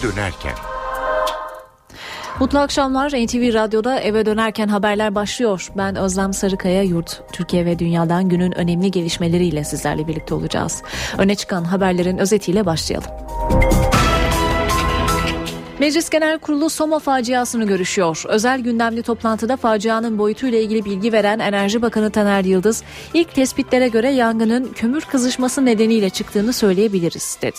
dönerken. Mutlu akşamlar. NTV Radyo'da eve dönerken haberler başlıyor. Ben Özlem Sarıkaya Yurt. Türkiye ve dünyadan günün önemli gelişmeleriyle sizlerle birlikte olacağız. Öne çıkan haberlerin özetiyle başlayalım. Meclis Genel Kurulu Soma faciasını görüşüyor. Özel gündemli toplantıda facianın boyutuyla ilgili bilgi veren Enerji Bakanı Taner Yıldız, ilk tespitlere göre yangının kömür kızışması nedeniyle çıktığını söyleyebiliriz dedi.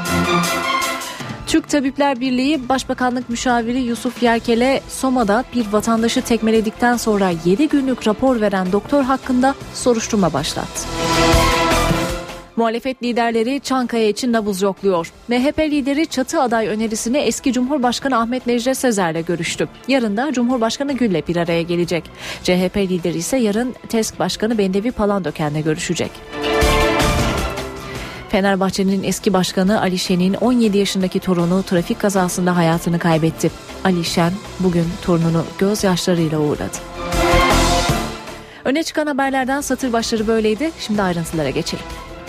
Türk Tabipler Birliği Başbakanlık Müşaviri Yusuf Yerkel'e Soma'da bir vatandaşı tekmeledikten sonra 7 günlük rapor veren doktor hakkında soruşturma başlattı. Muhalefet liderleri Çankaya için nabız yokluyor. MHP lideri çatı aday önerisini eski Cumhurbaşkanı Ahmet Necdet Sezer'le görüştü. Yarın da Cumhurbaşkanı Gül'le bir araya gelecek. CHP lideri ise yarın TESK Başkanı Bendevi Palandöken'le görüşecek. Fenerbahçe'nin eski başkanı Ali Şen'in 17 yaşındaki torunu trafik kazasında hayatını kaybetti. Ali Şen bugün torununu gözyaşlarıyla uğurladı. Öne çıkan haberlerden satır başları böyleydi. Şimdi ayrıntılara geçelim.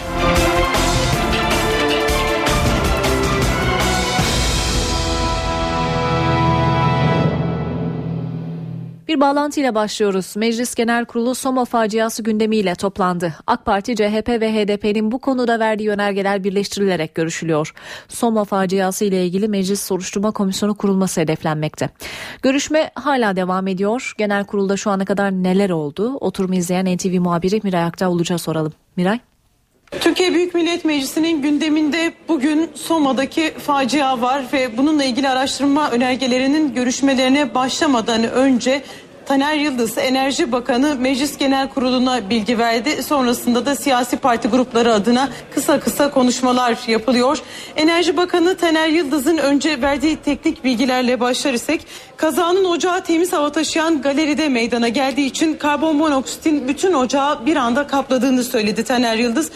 Bir bağlantıyla başlıyoruz. Meclis Genel Kurulu Soma faciası gündemiyle toplandı. AK Parti, CHP ve HDP'nin bu konuda verdiği önergeler birleştirilerek görüşülüyor. Soma faciası ile ilgili Meclis Soruşturma Komisyonu kurulması hedeflenmekte. Görüşme hala devam ediyor. Genel Kurulda şu ana kadar neler oldu? Oturumu izleyen NTV muhabiri Miray Aktağ-Uluç'a soralım. Miray? Türkiye Büyük Millet Meclisi'nin gündeminde bugün Soma'daki facia var ve bununla ilgili araştırma önergelerinin görüşmelerine başlamadan önce Taner Yıldız, Enerji Bakanı Meclis Genel Kurulu'na bilgi verdi. Sonrasında da siyasi parti grupları adına kısa konuşmalar yapılıyor. Enerji Bakanı Taner Yıldız'ın önce verdiği teknik bilgilerle başlar isek, kazanın ocağı temiz hava taşıyan galeride meydana geldiği için karbon monoksitin bütün ocağı bir anda kapladığını söyledi Taner Yıldız.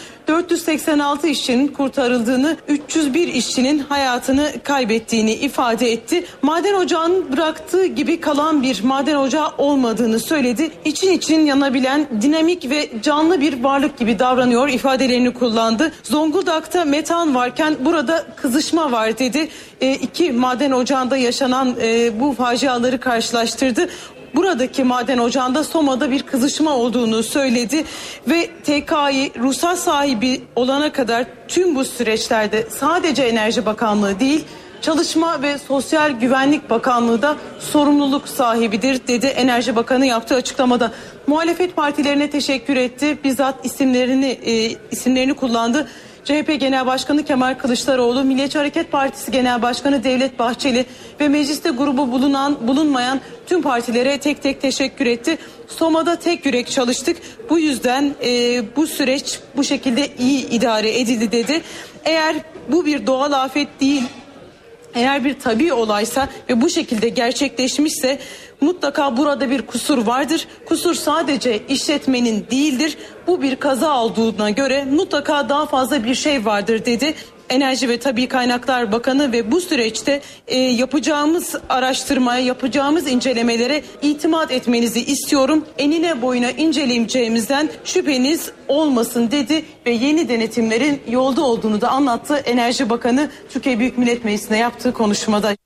486 işçinin kurtarıldığını, 301 işçinin hayatını kaybettiğini ifade etti. Maden ocağının bıraktığı gibi kalan bir maden ocağı olmadığını söyledi. İçin yanabilen dinamik ve canlı bir varlık gibi davranıyor ifadelerini kullandı. Zonguldak'ta metan varken burada kızışma var dedi. İki maden ocağında yaşanan bu faciaları karşılaştırdı. Buradaki maden ocağında Soma'da bir kızışma olduğunu söyledi ve TKİ ruhsat sahibi olana kadar tüm bu süreçlerde sadece Enerji Bakanlığı değil, Çalışma ve Sosyal Güvenlik Bakanlığı da sorumluluk sahibidir dedi Enerji Bakanı yaptığı açıklamada. Muhalefet partilerine teşekkür etti. Bizzat isimlerini kullandı. CHP Genel Başkanı Kemal Kılıçdaroğlu, Milliyetçi Hareket Partisi Genel Başkanı Devlet Bahçeli ve mecliste grubu bulunmayan tüm partilere tek tek teşekkür etti. Soma'da tek yürek çalıştık. Bu yüzden bu süreç bu şekilde iyi idare edildi dedi. Eğer bu bir doğal afet değil, eğer bir tabii olaysa ve bu şekilde gerçekleşmişse mutlaka burada bir kusur vardır. Kusur sadece işletmenin değildir. Bu bir kaza olduğuna göre mutlaka daha fazla bir şey vardır dedi Enerji ve Tabii Kaynaklar Bakanı ve bu süreçte yapacağımız araştırmaya, yapacağımız incelemelere itimat etmenizi istiyorum. Enine boyuna inceleyeceğimizden şüpheniz olmasın dedi ve yeni denetimlerin yolda olduğunu da anlattı Enerji Bakanı Türkiye Büyük Millet Meclisi'ne yaptığı konuşmada.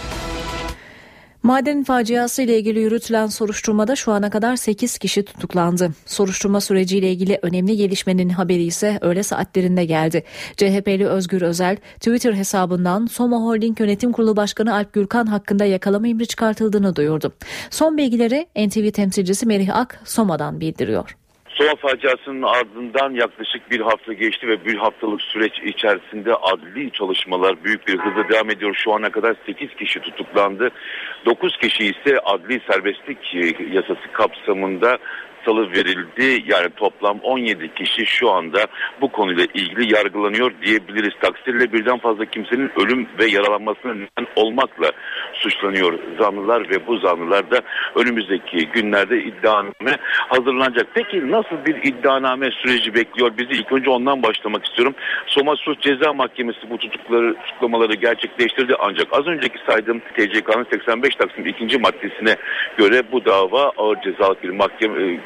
Maden faciası ile ilgili yürütülen soruşturmada şu ana kadar 8 kişi tutuklandı. Soruşturma süreciyle ilgili önemli gelişmenin haberi ise öğle saatlerinde geldi. CHP'li Özgür Özel Twitter hesabından Soma Holding Yönetim Kurulu Başkanı Alp Gürkan hakkında yakalama emri çıkartıldığını duyurdu. Son bilgileri NTV temsilcisi Merih Ak Soma'dan bildiriyor. Soma faciasının ardından yaklaşık bir hafta geçti ve bir haftalık süreç içerisinde adli çalışmalar büyük bir hızla devam ediyor. Şu ana kadar 8 kişi tutuklandı. 9 kişi ise adli serbestlik yasası kapsamında salı verildi. Yani toplam 17 kişi şu anda bu konuyla ilgili yargılanıyor diyebiliriz. Taksirle birden fazla kimsenin ölüm ve yaralanmasına neden olmakla suçlanıyor zanlılar ve bu zanlılar da önümüzdeki günlerde iddianame hazırlanacak. Peki nasıl bir iddianame süreci bekliyor bizi? İlk önce ondan başlamak istiyorum. Soma Suç Ceza Mahkemesi bu tutuklamaları gerçekleştirdi ancak az önceki saydığım TCK'nın 85 Taksim 2. maddesine göre bu dava ağır cezalık bir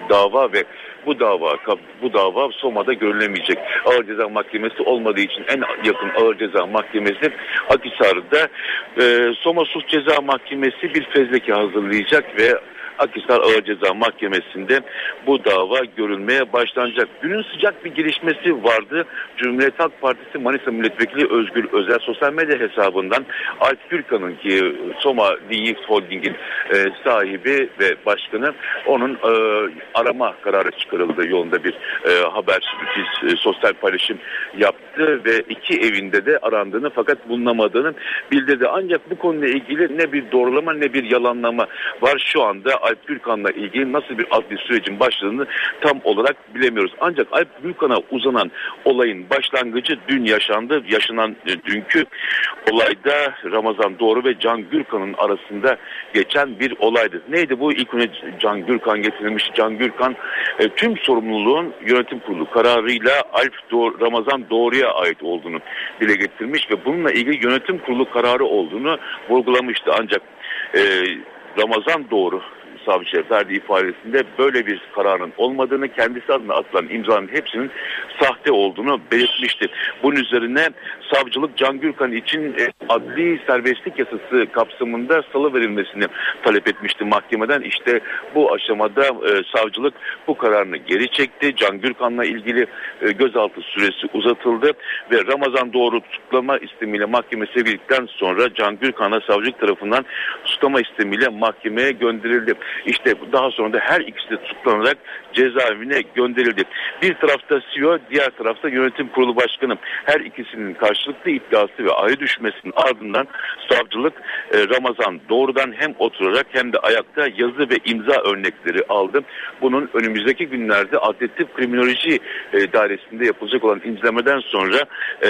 dava ve bu dava Soma'da görülemeyecek. Ağır Ceza Mahkemesi olmadığı için en yakın Ağır Ceza Mahkemesi Akhisar'da. Soma Sulh Ceza Mahkemesi bir fezleke hazırlayacak ve Akhisar Ağır Ceza Mahkemesi'nde bu dava görülmeye başlanacak. Günün sıcak bir gelişmesi vardı. Cumhuriyet Halk Partisi Manisa Milletvekili Özgür Özel sosyal medya hesabından Alp Gürkan'ın, ki Soma DX Holding'in sahibi ve başkanı, onun arama kararı çıkarıldığı yolunda bir haber, sosyal paylaşım yaptı ve 2 evinde de arandığını fakat bulunamadığını bildirdi. Ancak bu konuyla ilgili ne bir doğrulama ne bir yalanlama var. Şu anda Alp Gürkan'la ilgili nasıl bir adli sürecin başladığını tam olarak bilemiyoruz. Ancak Alp Gürkan'a uzanan olayın başlangıcı dün yaşandı. Yaşanan dünkü olayda Ramazan Doğru ve Can Gürkan'ın arasında geçen bir olaydı. Neydi bu? İlk önce Can Gürkan getirilmiş. Can Gürkan tüm sorumluluğun yönetim kurulu kararıyla Ramazan Doğru'ya ait olduğunu dile getirmiş ve bununla ilgili yönetim kurulu kararı olduğunu vurgulamıştı. Ancak Ramazan Doğru savcıya verdiği ifadesinde böyle bir kararın olmadığını, kendisi adına atılan imzanın hepsinin sahte olduğunu belirtmişti. Bunun üzerine savcılık Can Gürkan için adli serbestlik yasası kapsamında salı verilmesini talep etmişti mahkemeden. İşte bu aşamada savcılık bu kararını geri çekti. Can Gürkan'la ilgili gözaltı süresi uzatıldı ve Ramazan Doğru tutuklama istemiyle mahkeme sevildikten sonra Can Gürkan'a savcılık tarafından tutuklama istemiyle mahkemeye gönderildi. İşte daha sonra da her ikisi de tutuklanarak cezaevine gönderildi. Bir tarafta CEO, diğer tarafta yönetim kurulu başkanı. Her ikisinin karşılıklı iddiası ve ayrı düşmesinin ardından savcılık Ramazan Doğru'dan hem oturarak hem de ayakta yazı ve imza örnekleri aldı. Bunun önümüzdeki günlerde Adli Tıp Kriminoloji Dairesi'nde yapılacak olan incelemeden sonra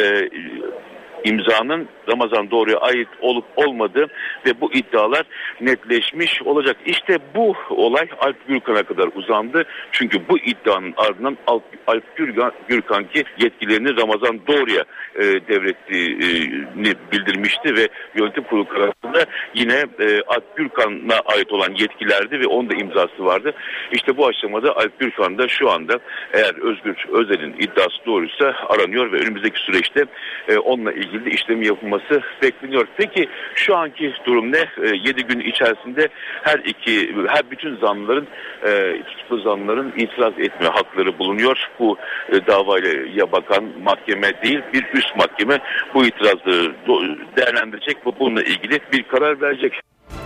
imzanın Ramazan Doğru'ya ait olup olmadığı ve bu iddialar netleşmiş olacak. İşte bu olay Alp Gürkan'a kadar uzandı. Çünkü bu iddianın ardından Alp Gürkan ki yetkilerini Ramazan Doğru'ya devrettiğini bildirmişti ve yönetim kurulu kararında yine Alp Gürkan'a ait olan yetkilerdi ve onun da imzası vardı. İşte bu aşamada Alp Gürkan da şu anda, eğer Özgür Özel'in iddiası doğruysa, aranıyor ve önümüzdeki süreçte onunla ilgili işlemi yapılması bekleniyor. Peki şu anki durum ne? 7 gün içerisinde her bütün zanlıların, tutuklu zanlıların itiraz etme hakları bulunuyor. Bu davayla bakan mahkeme değil, bir üst mahkeme bu itirazı değerlendirecek ve bununla ilgili bir karar verecek.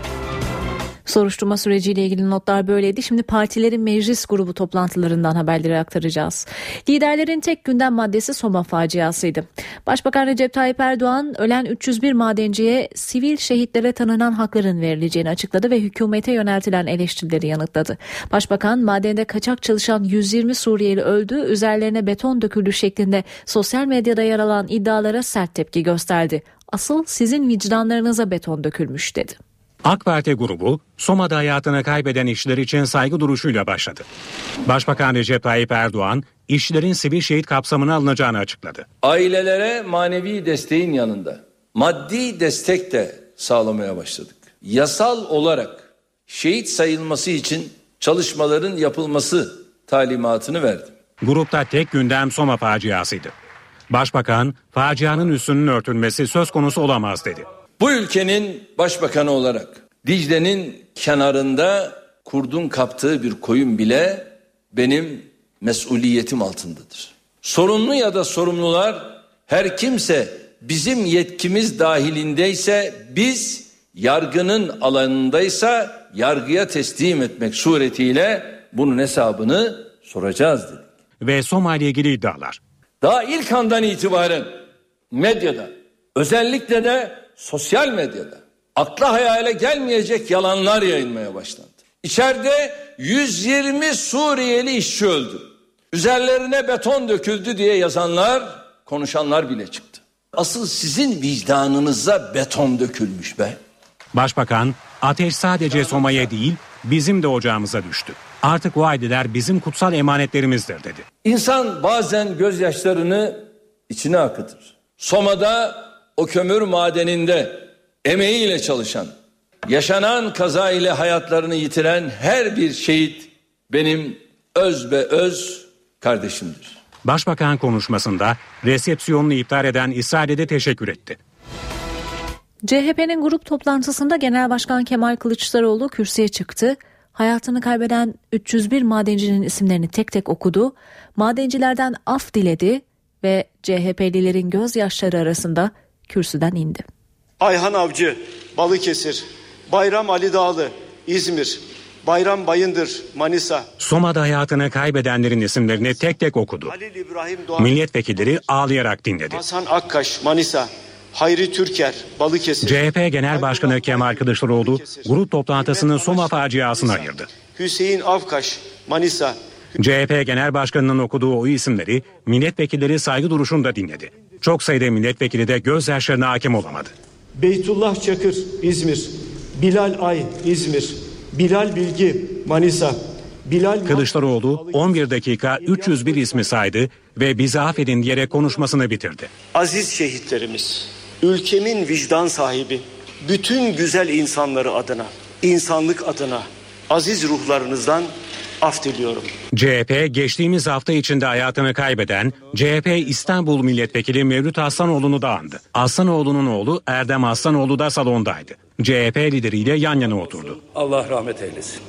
Soruşturma süreciyle ilgili notlar böyleydi. Şimdi partilerin meclis grubu toplantılarından haberleri aktaracağız. Liderlerin tek gündem maddesi Soma faciasıydı. Başbakan Recep Tayyip Erdoğan ölen 301 madenciye sivil şehitlere tanınan hakların verileceğini açıkladı ve hükümete yöneltilen eleştirileri yanıtladı. Başbakan madende kaçak çalışan 120 Suriyeli öldü, üzerlerine beton döküldü şeklinde sosyal medyada yer alan iddialara sert tepki gösterdi. Asıl sizin vicdanlarınıza beton dökülmüş dedi. AK Parti grubu Soma'da hayatını kaybeden işçiler için saygı duruşuyla başladı. Başbakan Recep Tayyip Erdoğan işçilerin sivil şehit kapsamına alınacağını açıkladı. Ailelere manevi desteğin yanında maddi destek de sağlamaya başladık. Yasal olarak şehit sayılması için çalışmaların yapılması talimatını verdim. Grupta tek gündem Soma faciasıydı. Başbakan facianın üstünün örtülmesi söz konusu olamaz dedi. Bu ülkenin başbakanı olarak Dicle'nin kenarında kurdun kaptığı bir koyun bile benim mesuliyetim altındadır. Sorumlu ya da sorumlular her kimse bizim yetkimiz dahilindeyse, biz yargının alanındaysa yargıya teslim etmek suretiyle bunun hesabını soracağız dedik. Ve Soma ile ilgili iddialar. Daha ilk andan itibaren medyada, özellikle de sosyal medyada akla hayale gelmeyecek yalanlar yayılmaya başlandı. İçeride 120 Suriyeli işçi öldü, üzerlerine beton döküldü diye yazanlar, konuşanlar bile çıktı. Asıl sizin vicdanınıza beton dökülmüş be. Başbakan, ateş sadece Soma'ya değil bizim de ocağımıza düştü. Artık o aileler bizim kutsal emanetlerimizdir dedi. İnsan bazen gözyaşlarını içine akıtır. Soma'da o kömür madeninde emeğiyle çalışan, yaşanan kaza ile hayatlarını yitiren her bir şehit benim öz ve öz kardeşimdir. Başbakan konuşmasında resepsiyonunu iptal eden İsrail'e teşekkür etti. CHP'nin grup toplantısında Genel Başkan Kemal Kılıçdaroğlu kürsüye çıktı. Hayatını kaybeden 301 madencinin isimlerini tek tek okudu. Madencilerden af diledi ve CHP'lilerin gözyaşları arasında kürsüden indi. Ayhan Avcı, Balıkesir, Bayram Ali Dağlı, İzmir, Bayram Bayındır, Manisa. Soma'da hayatını kaybedenlerin isimlerini tek tek okudu. Halil İbrahim Doğan, milletvekilleri ağlayarak dinledi. Hasan Akkaş, Manisa, Hayri Türker, Balıkesir. CHP Genel Başkanı Kemal Kılıçdaroğlu grup toplantısını Soma faciasına ayırdı. Hüseyin Avkaş, Manisa. CHP Genel Başkanı'nın okuduğu o isimleri milletvekilleri saygı duruşunda dinledi. Çok sayıda milletvekili de gözyaşlarına hakim olamadı. Beytullah Çakır, İzmir, Bilal Ay, İzmir, Bilal Bilgi, Manisa. Kılıçdaroğlu 11 dakika 301 ismi saydı ve bizi affedin diyerek konuşmasını bitirdi. Aziz şehitlerimiz, ülkemin vicdan sahibi, bütün güzel insanları adına, insanlık adına aziz ruhlarınızdan af diliyorum. CHP geçtiğimiz hafta içinde hayatını kaybeden CHP İstanbul Milletvekili Mevlüt Aslanoğlu'nu da andı. Aslanoğlu'nun oğlu Erdem Aslanoğlu da salondaydı. CHP lideriyle yan yana oturdu. Allah rahmet eylesin.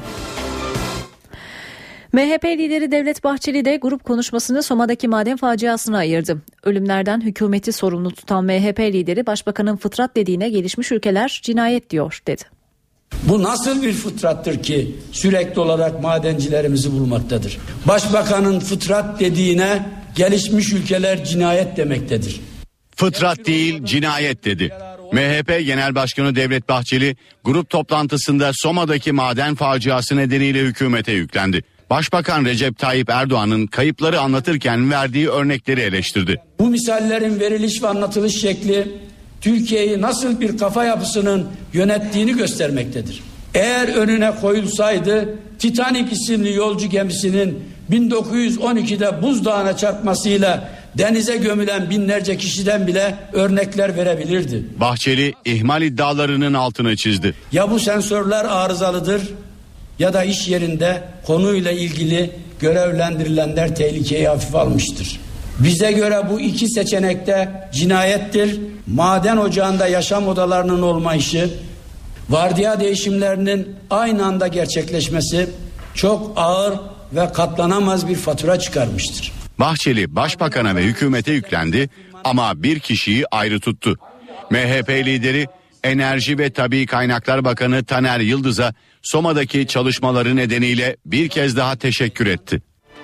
MHP lideri Devlet Bahçeli de grup konuşmasını Soma'daki maden faciasına ayırdı. Ölümlerden hükümeti sorumlu tutan MHP lideri Başbakanın fıtrat dediğine gelişmiş ülkeler cinayet diyor dedi. Bu nasıl bir fıtrattır ki sürekli olarak madencilerimizi bulmaktadır? Başbakanın fıtrat dediğine gelişmiş ülkeler cinayet demektedir. Fıtrat değil cinayet dedi. MHP Genel Başkanı Devlet Bahçeli grup toplantısında Soma'daki maden faciası nedeniyle hükümete yüklendi. Başbakan Recep Tayyip Erdoğan'ın kayıpları anlatırken verdiği örnekleri eleştirdi. Bu misallerin veriliş ve anlatılış şekli Türkiye'yi nasıl bir kafa yapısının yönettiğini göstermektedir. Eğer önüne koyulsaydı Titanic isimli yolcu gemisinin 1912'de buzdağına çarpmasıyla denize gömülen binlerce kişiden bile örnekler verebilirdi. Bahçeli ihmal iddialarının altını çizdi. Ya bu sensörler arızalıdır ya da iş yerinde konuyla ilgili görevlendirilenler tehlikeyi hafife almıştır. Bize göre bu iki seçenekte cinayettir. Maden ocağında yaşam odalarının olmayışı, vardiya değişimlerinin aynı anda gerçekleşmesi çok ağır ve katlanamaz bir fatura çıkarmıştır. Bahçeli başbakana ve hükümete yüklendi ama bir kişiyi ayrı tuttu. MHP lideri Enerji ve Tabii Kaynaklar Bakanı Taner Yıldız'a Soma'daki çalışmaları nedeniyle bir kez daha teşekkür etti.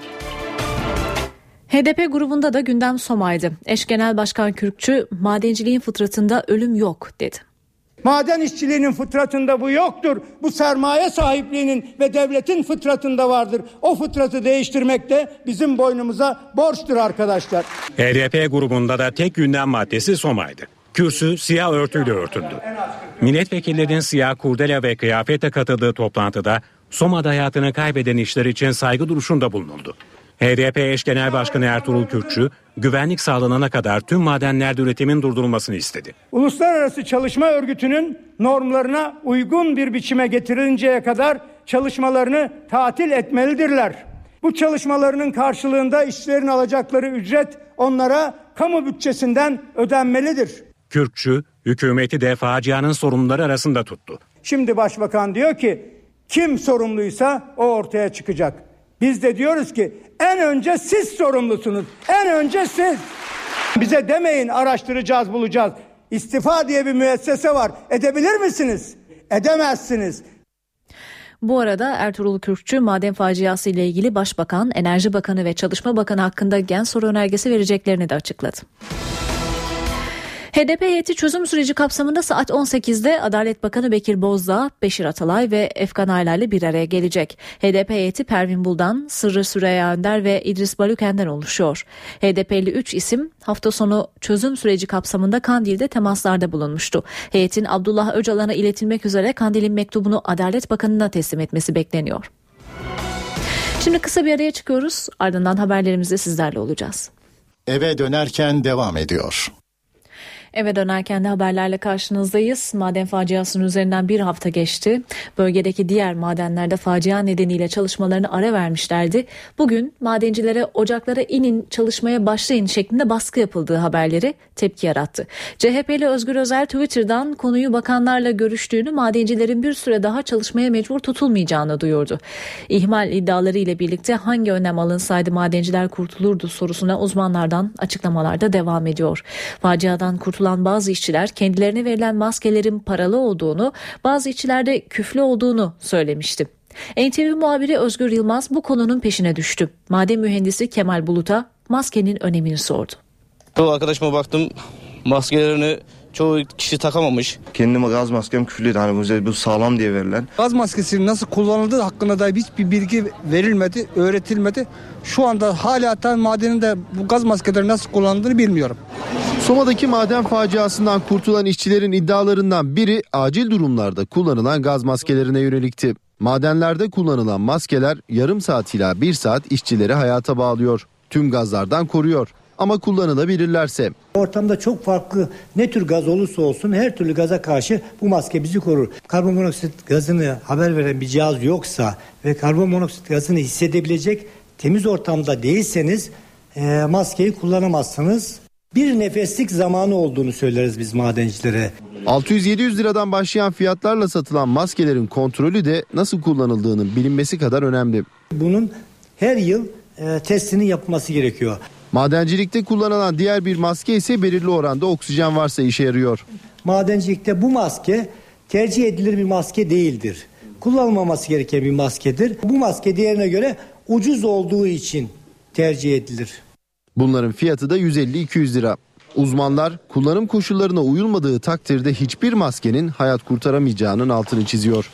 HDP grubunda da gündem Soma'ydı. Eş Genel Başkan Kürkçü, madenciliğin fıtratında ölüm yok dedi. Maden işçiliğinin fıtratında bu yoktur. Bu sermaye sahipliğinin ve devletin fıtratında vardır. O fıtratı değiştirmek de bizim boynumuza borçtur arkadaşlar. HDP grubunda da tek gündem maddesi Soma'ydı. Kürsü siyah örtüyle örtüldü. Milletvekillerinin siyah kurdele ve kıyafetle katıldığı toplantıda Soma'da hayatını kaybeden işler için saygı duruşunda bulunuldu. HDP eş genel başkanı Ertuğrul Kürkçü, güvenlik sağlanana kadar tüm madenlerde üretimin durdurulmasını istedi. Uluslararası Çalışma Örgütü'nün normlarına uygun bir biçime getirinceye kadar çalışmalarını tatil etmelidirler. Bu çalışmalarının karşılığında işçilerin alacakları ücret onlara kamu bütçesinden ödenmelidir. Kürkçü, hükümeti de facianın sorumluları arasında tuttu. Şimdi Başbakan diyor ki kim sorumluysa o ortaya çıkacak. Biz de diyoruz ki en önce siz sorumlusunuz. En önce siz. Bize demeyin araştıracağız, bulacağız. İstifa diye bir müessese var. Edebilir misiniz? Edemezsiniz. Bu arada Ertuğrul Kürkçü maden faciası ile ilgili Başbakan, Enerji Bakanı ve Çalışma Bakanı hakkında gen soru önergesi vereceklerini de açıkladı. HDP heyeti çözüm süreci kapsamında saat 18'de Adalet Bakanı Bekir Bozdağ, Beşir Atalay ve Efkan Ayla ile bir araya gelecek. HDP heyeti Pervin Buldan, Sırrı Süreyya Önder ve İdris Balüken'den oluşuyor. HDP'li 3 isim hafta sonu çözüm süreci kapsamında Kandil'de temaslarda bulunmuştu. Heyetin Abdullah Öcalan'a iletilmek üzere Kandil'in mektubunu Adalet Bakanı'na teslim etmesi bekleniyor. Şimdi kısa bir araya çıkıyoruz. Ardından haberlerimizde sizlerle olacağız. Eve dönerken devam ediyor. Eve dönerken de haberlerle karşınızdayız. Maden faciasının üzerinden bir hafta geçti. Bölgedeki diğer madenlerde facia nedeniyle çalışmalarını ara vermişlerdi. Bugün madencilere ocaklara inin, çalışmaya başlayın şeklinde baskı yapıldığı haberleri tepki yarattı. CHP'li Özgür Özel Twitter'dan konuyu bakanlarla görüştüğünü, madencilerin bir süre daha çalışmaya mecbur tutulmayacağını duyurdu. İhmal iddiaları ile birlikte hangi önlem alınsaydı madenciler kurtulurdu sorusuna uzmanlardan açıklamalar da devam ediyor. Faciadan kurtulan bazı işçiler kendilerine verilen maskelerin paralı olduğunu, bazı işçilerde küflü olduğunu söylemişti. NTV muhabiri Özgür Yılmaz bu konunun peşine düştü. Maden mühendisi Kemal Bulut'a maskenin önemini sordu. Arkadaşıma baktım, maskelerini çoğu kişi takamamış. Kendime gaz maskem küflüydü. Hani bu sağlam diye verilen. Gaz maskesinin nasıl kullanıldığı hakkında da hiçbir bilgi verilmedi, öğretilmedi. Şu anda hala madeninde bu gaz maskeleri nasıl kullanıldığını bilmiyorum. Soma'daki maden faciasından kurtulan işçilerin iddialarından biri acil durumlarda kullanılan gaz maskelerine yönelikti. Madenlerde kullanılan maskeler yarım saat ila 1 saat işçileri hayata bağlıyor. Tüm gazlardan koruyor. Ama kullanılabilirlerse. Ortamda çok farklı ne tür gaz olursa olsun her türlü gaza karşı bu maske bizi korur. Karbonmonoksit gazını haber veren bir cihaz yoksa ve karbonmonoksit gazını hissedebilecek temiz ortamda değilseniz maskeyi kullanamazsınız. Bir nefeslik zamanı olduğunu söyleriz biz madencilere. 600-700 liradan başlayan fiyatlarla satılan maskelerin kontrolü de nasıl kullanıldığının bilinmesi kadar önemli. Bunun her yıl testinin yapılması gerekiyor. Madencilikte kullanılan diğer bir maske ise belirli oranda oksijen varsa işe yarıyor. Madencilikte bu maske tercih edilir bir maske değildir. Kullanılmaması gereken bir maskedir. Bu maske diğerine göre ucuz olduğu için tercih edilir. Bunların fiyatı da 150-200 lira. Uzmanlar kullanım koşullarına uyulmadığı takdirde hiçbir maskenin hayat kurtaramayacağının altını çiziyor.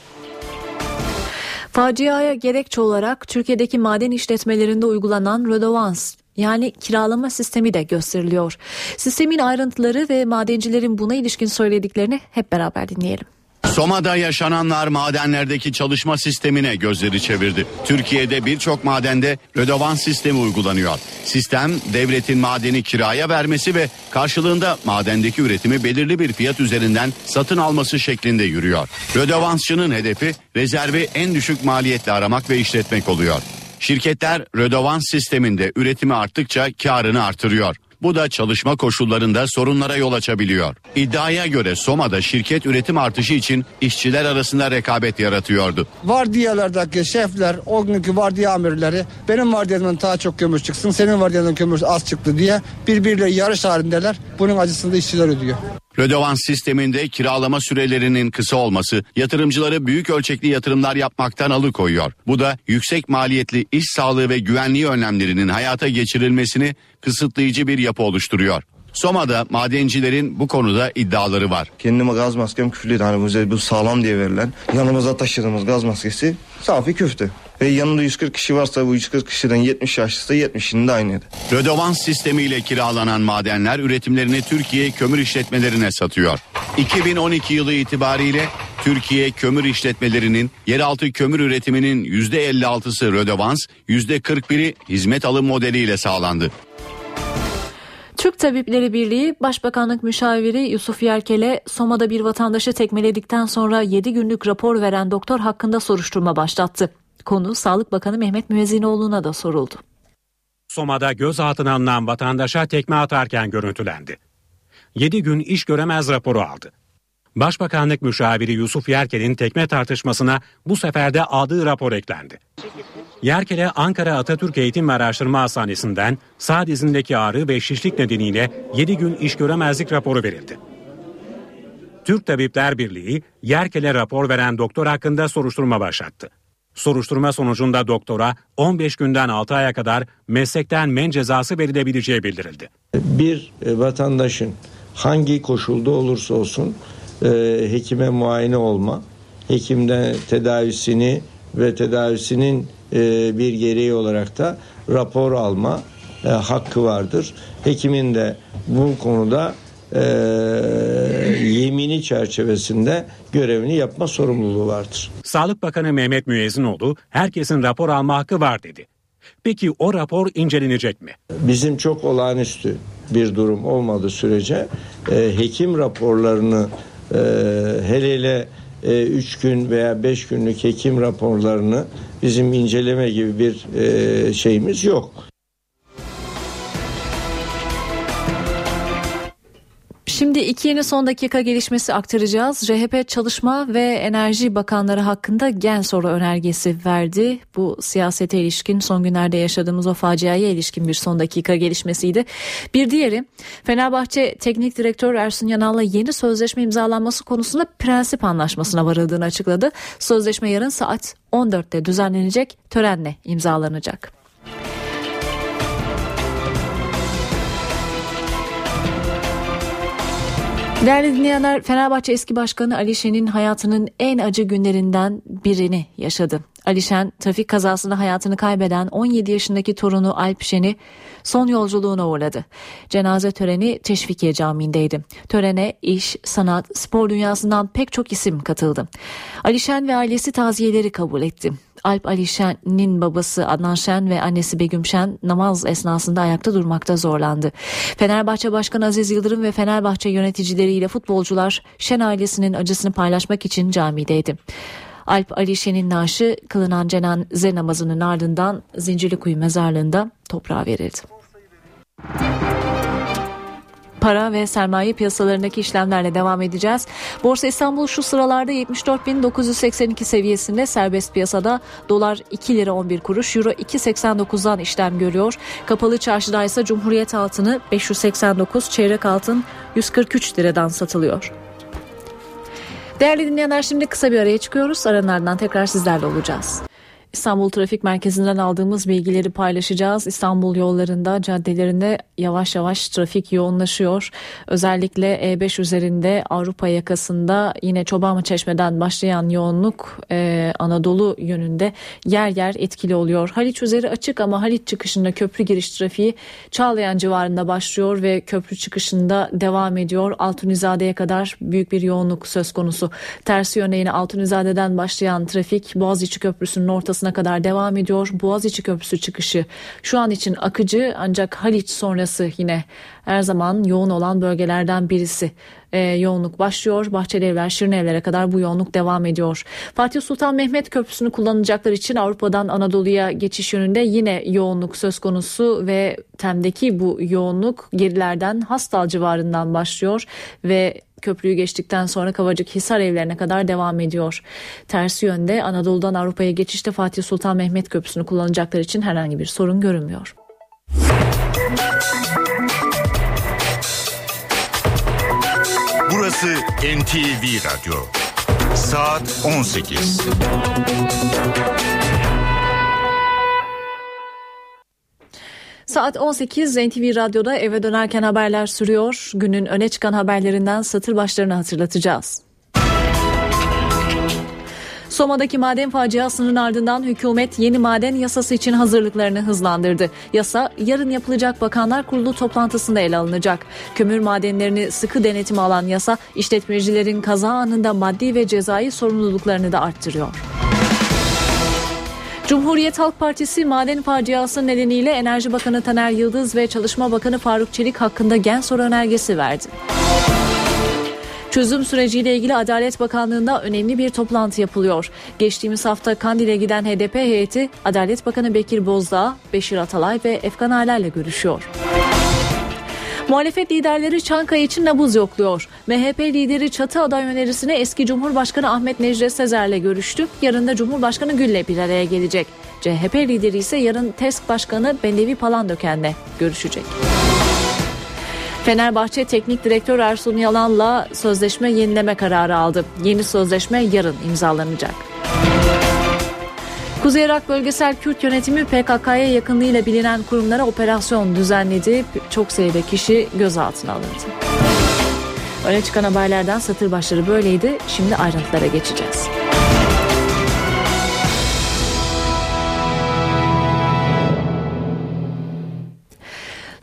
Faciaya gerekçe olarak Türkiye'deki maden işletmelerinde uygulanan rödovans, yani kiralama sistemi de gösteriliyor. Sistemin ayrıntıları ve madencilerin buna ilişkin söylediklerini hep beraber dinleyelim. Soma'da yaşananlar madenlerdeki çalışma sistemine gözleri çevirdi. Türkiye'de birçok madende rödovans sistemi uygulanıyor. Sistem devletin madeni kiraya vermesi ve karşılığında madendeki üretimi belirli bir fiyat üzerinden satın alması şeklinde yürüyor. Rödovansçının hedefi rezervi en düşük maliyetle aramak ve işletmek oluyor. Şirketler rödovans sisteminde üretimi arttıkça karını artırıyor. Bu da çalışma koşullarında sorunlara yol açabiliyor. İddiaya göre Soma'da şirket üretim artışı için işçiler arasında rekabet yaratıyordu. Vardiyalardaki şefler, o günkü vardiya amirleri benim vardiyamdan daha çok kömür çıksın, senin vardiyandan kömür az çıktı diye birbiriyle yarış halindeler. Bunun acısını da işçiler ödüyor. Rödovans sisteminde kiralama sürelerinin kısa olması yatırımcıları büyük ölçekli yatırımlar yapmaktan alıkoyuyor. Bu da yüksek maliyetli iş sağlığı ve güvenliği önlemlerinin hayata geçirilmesini kısıtlayıcı bir yapı oluşturuyor. Soma'da madencilerin bu konuda iddiaları var. Kendime gaz maskem küflüydü. Hani bu sağlam diye verilen. Yanımıza taşıdığımız gaz maskesi safi küftü. Ve yanında 140 kişi varsa bu 140 kişiden 70 yaşlısı 70'inin de aynıydı. Rödovans sistemiyle kiralanan madenler üretimlerini Türkiye kömür işletmelerine satıyor. 2012 yılı itibariyle Türkiye kömür işletmelerinin yeraltı kömür üretiminin %56'sı rödovans, %41'i hizmet alım modeliyle sağlandı. Türk Tabipleri Birliği Başbakanlık Müşaviri Yusuf Yerkel'e Soma'da bir vatandaşı tekmeledikten sonra 7 günlük rapor veren doktor hakkında soruşturma başlattı. Konu Sağlık Bakanı Mehmet Müezzinoğlu'na da soruldu. Soma'da gözaltına alınan vatandaşa tekme atarken görüntülendi. 7 gün iş göremez raporu aldı. Başbakanlık Müşaviri Yusuf Yerkel'in tekme tartışmasına bu sefer de aldığı rapor eklendi. Yerkel'e Ankara Atatürk Eğitim ve Araştırma Hastanesi'nden sağ dizindeki ağrı ve şişlik nedeniyle 7 gün iş göremezlik raporu verildi. Türk Tabipler Birliği Yerkel'e rapor veren doktor hakkında soruşturma başlattı. Soruşturma sonucunda doktora 15 günden 6 aya kadar meslekten men cezası verilebileceği bildirildi. Bir vatandaşın hangi koşulda olursa olsun hekime muayene olma, hekimden tedavisini ve tedavisinin bir gereği olarak da rapor alma hakkı vardır. Hekimin de bu konuda yemini çerçevesinde görevini yapma sorumluluğu vardır. Sağlık Bakanı Mehmet Müezzinoğlu herkesin rapor alma hakkı var dedi. Peki o rapor incelenecek mi? Bizim çok olağanüstü bir durum olmadığı sürece hekim raporlarını hele 3 gün veya 5 günlük hekim raporlarını bizim inceleme gibi bir şeyimiz yok. Şimdi iki yeni son dakika gelişmesi aktaracağız. CHP Çalışma ve Enerji Bakanları hakkında gen soru önergesi verdi. Bu siyasete ilişkin son günlerde yaşadığımız o faciaya ilişkin bir son dakika gelişmesiydi. Bir diğeri Fenerbahçe Teknik Direktör Ersun Yanal'la yeni sözleşme imzalanması konusunda prensip anlaşmasına varıldığını açıkladı. Sözleşme yarın saat 14'te düzenlenecek törenle imzalanacak. Değerli dinleyenler, Fenerbahçe eski başkanı Ali Şen'in hayatının en acı günlerinden birini yaşadı. Ali Şen, trafik kazasında hayatını kaybeden 17 yaşındaki torunu Alp Şen'i son yolculuğuna uğurladı. Cenaze töreni Teşvikiye Camii'ndeydi. Törene iş, sanat, spor dünyasından pek çok isim katıldı. Ali Şen ve ailesi taziyeleri kabul etti. Alp Ali Şen'in babası Adnan Şen ve annesi Begüm Şen namaz esnasında ayakta durmakta zorlandı. Fenerbahçe Başkanı Aziz Yıldırım ve Fenerbahçe yöneticileriyle futbolcular Şen ailesinin acısını paylaşmak için camideydi. Alp Ali Şen'in naaşı kılınan cenaze namazının ardından Zincirlikuyu mezarlığında toprağa verildi. Para ve sermaye piyasalarındaki işlemlerle devam edeceğiz. Borsa İstanbul şu sıralarda 74.982 seviyesinde, serbest piyasada dolar 2 lira 11 kuruş, euro 2.89'dan işlem görüyor. Kapalı çarşıda ise Cumhuriyet altını 589, çeyrek altın 143 liradan satılıyor. Değerli dinleyenler, şimdi kısa bir araya çıkıyoruz. Aranın ardından tekrar sizlerle olacağız. İstanbul Trafik Merkezi'nden aldığımız bilgileri paylaşacağız. İstanbul yollarında, caddelerinde yavaş yavaş trafik yoğunlaşıyor. Özellikle E5 üzerinde Avrupa yakasında yine Çobanlıçeşme'den başlayan yoğunluk Anadolu yönünde yer yer etkili oluyor. Haliç üzeri açık ama Haliç çıkışında köprü giriş trafiği Çağlayan civarında başlıyor ve köprü çıkışında devam ediyor. Altunizade'ye kadar büyük bir yoğunluk söz konusu. Tersi yöne yine Altunizade'den başlayan trafik Boğaziçi Köprüsü'nün ortasına kadar devam ediyor. Boğaziçi Köprüsü çıkışı şu an için akıcı, ancak Haliç sonrası yine her zaman yoğun olan bölgelerden birisi. Yoğunluk başlıyor. Bahçelievler, Şirinevler'e kadar bu yoğunluk devam ediyor. Fatih Sultan Mehmet Köprüsü'nü kullanacaklar için Avrupa'dan Anadolu'ya geçiş yönünde yine yoğunluk söz konusu ve TEM'deki bu yoğunluk gerilerden Hastal civarından başlıyor ve köprüyü geçtikten sonra Kavacık-Hisar evlerine kadar devam ediyor. Tersi yönde Anadolu'dan Avrupa'ya geçişte Fatih Sultan Mehmet Köprüsü'nü kullanacaklar için herhangi bir sorun görünmüyor. Burası NTV Radyo. Saat 18. Saat 18, NTV Radyo'da eve dönerken haberler sürüyor. Günün öne çıkan haberlerinden satır başlarını hatırlatacağız. Soma'daki maden faciasının ardından hükümet yeni maden yasası için hazırlıklarını hızlandırdı. Yasa yarın yapılacak Bakanlar Kurulu toplantısında ele alınacak. Kömür madenlerini sıkı denetime alan yasa işletmecilerin kaza anında maddi ve cezai sorumluluklarını da arttırıyor. Cumhuriyet Halk Partisi maden faciası nedeniyle Enerji Bakanı Taner Yıldız ve Çalışma Bakanı Faruk Çelik hakkında gen soru önergesi verdi. Çözüm süreciyle ilgili Adalet Bakanlığı'nda önemli bir toplantı yapılıyor. Geçtiğimiz hafta Kandil'e giden HDP heyeti Adalet Bakanı Bekir Bozdağ, Beşir Atalay ve Efkan Aler'le görüşüyor. Muhalefet liderleri Çankaya için nabız yokluyor. MHP lideri çatı aday önerisine eski Cumhurbaşkanı Ahmet Necdet Sezer'le görüştü. Yarın da Cumhurbaşkanı Gül'le bir araya gelecek. CHP lideri ise yarın TESK Başkanı Bendevi Palandöken'le görüşecek. Fenerbahçe Teknik Direktör Ersun Yanal'la sözleşme yenileme kararı aldı. Yeni sözleşme yarın imzalanacak. Kuzey Irak Bölgesel Kürt Yönetimi PKK'ya yakınlığıyla bilinen kurumlara operasyon düzenledi. Çok sayıda kişi gözaltına alındı. Öne çıkan haberlerden satır başları böyleydi. Şimdi ayrıntılara geçeceğiz.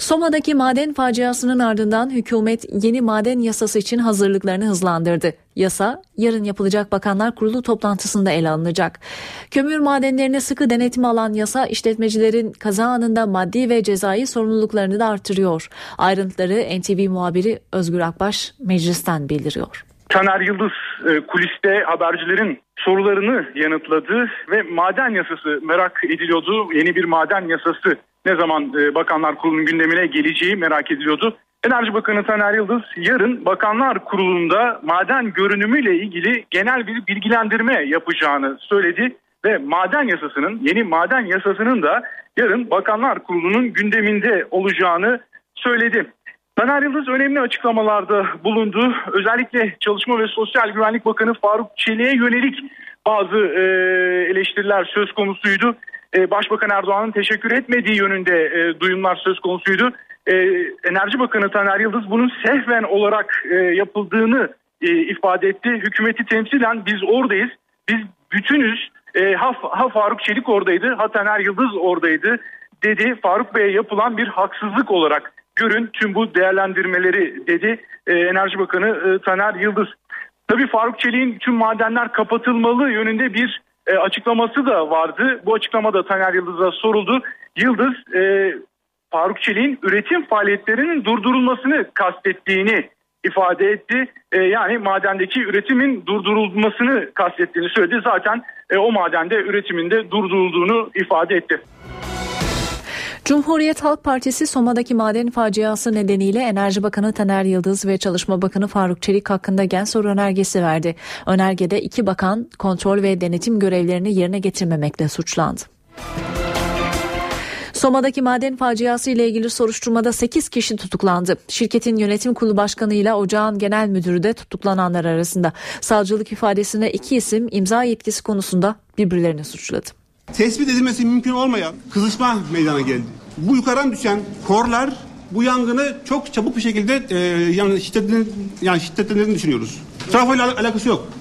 Soma'daki maden faciasının ardından hükümet yeni maden yasası için hazırlıklarını hızlandırdı. Yasa yarın yapılacak Bakanlar Kurulu toplantısında ele alınacak. Kömür madenlerine sıkı denetim alan yasa işletmecilerin kaza anında maddi ve cezai sorumluluklarını da artırıyor. Ayrıntıları NTV muhabiri Özgür Akbaş meclisten bildiriyor. Taner Yıldız kuliste habercilerin sorularını yanıtladı ve maden yasası merak ediliyordu. Yeni bir maden yasası ne zaman Bakanlar Kurulu'nun gündemine geleceği merak ediliyordu. Enerji Bakanı Taner Yıldız yarın Bakanlar Kurulu'nda maden görünümüyle ilgili genel bir bilgilendirme yapacağını söyledi ve yeni maden yasasının da yarın Bakanlar Kurulu'nun gündeminde olacağını söyledi. Taner Yıldız önemli açıklamalarda bulundu. Özellikle Çalışma ve Sosyal Güvenlik Bakanı Faruk Çelik'e yönelik bazı eleştiriler söz konusuydu. Başbakan Erdoğan'ın teşekkür etmediği yönünde duyumlar söz konusuydu. Enerji Bakanı Taner Yıldız bunun sehven olarak yapıldığını ifade etti. Hükümeti temsilen biz oradayız, biz bütünüz. Ha Faruk Çelik oradaydı, ha Taner Yıldız oradaydı dedi. Faruk Bey'e yapılan bir haksızlık olarak görün tüm bu değerlendirmeleri dedi Enerji Bakanı Taner Yıldız. Tabii Faruk Çelik'in tüm madenler kapatılmalı yönünde bir açıklaması da vardı. Bu açıklamada Taner Yıldız'a soruldu. Yıldız Faruk Çelik'in üretim faaliyetlerinin durdurulmasını kastettiğini ifade etti. Yani madendeki üretimin durdurulmasını kastettiğini söyledi. Zaten o madende üretimin de durdurulduğunu ifade etti. Cumhuriyet Halk Partisi Soma'daki maden faciası nedeniyle Enerji Bakanı Taner Yıldız ve Çalışma Bakanı Faruk Çelik hakkında gen soru önergesi verdi. Önergede 2 bakan kontrol ve denetim görevlerini yerine getirmemekle suçlandı. Soma'daki maden faciası ile ilgili soruşturmada 8 kişi tutuklandı. Şirketin yönetim kurulu başkanı ile ocağın genel müdürü de tutuklananlar arasında. Savcılık ifadesinde 2 isim imza yetkisi konusunda birbirlerini suçladı. Tespit edilmesi mümkün olmayan kızışma meydana geldi. Bu yukarıdan düşen korlar bu yangını çok çabuk bir şekilde şiddetlendiğini düşünüyoruz. Trafoyla alakası yok.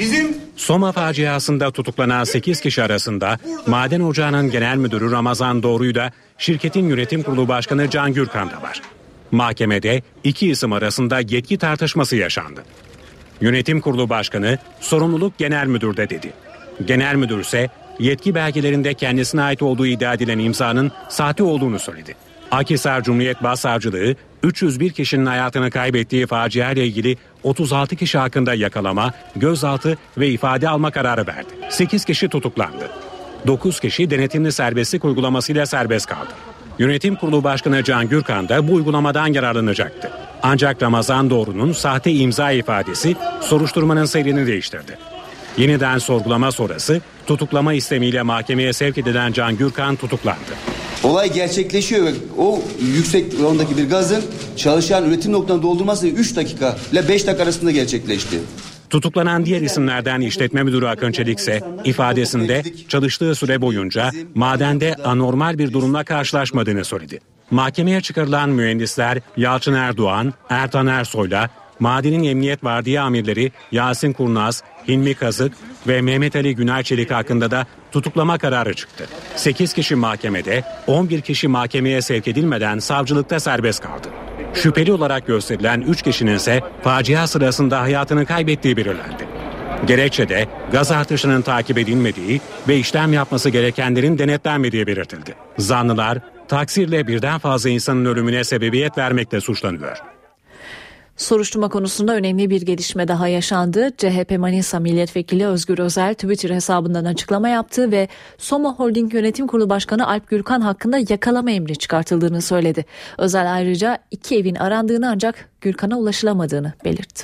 Soma faciasında tutuklanan 8 kişi arasında maden ocağının genel müdürü Ramazan Doğru'yu da şirketin yönetim kurulu başkanı Can Gürkan da var. Mahkemede 2 isim arasında yetki tartışması yaşandı. Yönetim kurulu başkanı sorumluluk genel müdürde dedi. Genel müdür ise yetki belgelerinde kendisine ait olduğu iddia edilen imzanın sahte olduğunu söyledi. Akhisar Cumhuriyet Başsavcılığı 301 kişinin hayatını kaybettiği facia ile ilgili 36 kişi hakkında yakalama, gözaltı ve ifade alma kararı verdi. 8 kişi tutuklandı. 9 kişi denetimli serbestlik uygulamasıyla serbest kaldı. Yönetim Kurulu Başkanı Can Gürkan da bu uygulamadan yararlanacaktı. Ancak Ramazan Doğru'nun sahte imza ifadesi soruşturmanın seyrini değiştirdi. Yeniden sorgulama sonrası tutuklama istemiyle mahkemeye sevk edilen Can Gürkan tutuklandı. Olay gerçekleşiyor ve o yüksek yoğundaki bir gazın çalışan üretim noktalarını doldurması 3 dakika ile 5 dakika arasında gerçekleşti. Tutuklanan diğer isimlerden işletme müdürü Akın Çelik ise ifadesinde çalıştığı süre boyunca madende anormal bir durumla karşılaşmadığını söyledi. Mahkemeye çıkarılan mühendisler Yalçın Erdoğan, Ertan Ersoy'la madenin emniyet vardiya amirleri Yasin Kurnaz, Hilmi Kazık ve Mehmet Ali Günay Çelik hakkında da tutuklama kararı çıktı. 8 kişi mahkemede, 11 kişi mahkemeye sevk edilmeden savcılıkta serbest kaldı. Şüpheli olarak gösterilen 3 kişinin ise facia sırasında hayatını kaybettiği belirlendi. Gerekçede gaz artışının takip edilmediği ve işlem yapması gerekenlerin denetlenmediği belirtildi. Zanlılar taksirle birden fazla insanın ölümüne sebebiyet vermekle suçlanıyor. Soruşturma konusunda önemli bir gelişme daha yaşandı. CHP Manisa Milletvekili Özgür Özel Twitter hesabından açıklama yaptı ve Soma Holding Yönetim Kurulu Başkanı Alp Gürkan hakkında yakalama emri çıkartıldığını söyledi. Özel ayrıca 2 evin arandığını ancak Gürkan'a ulaşılamadığını belirtti.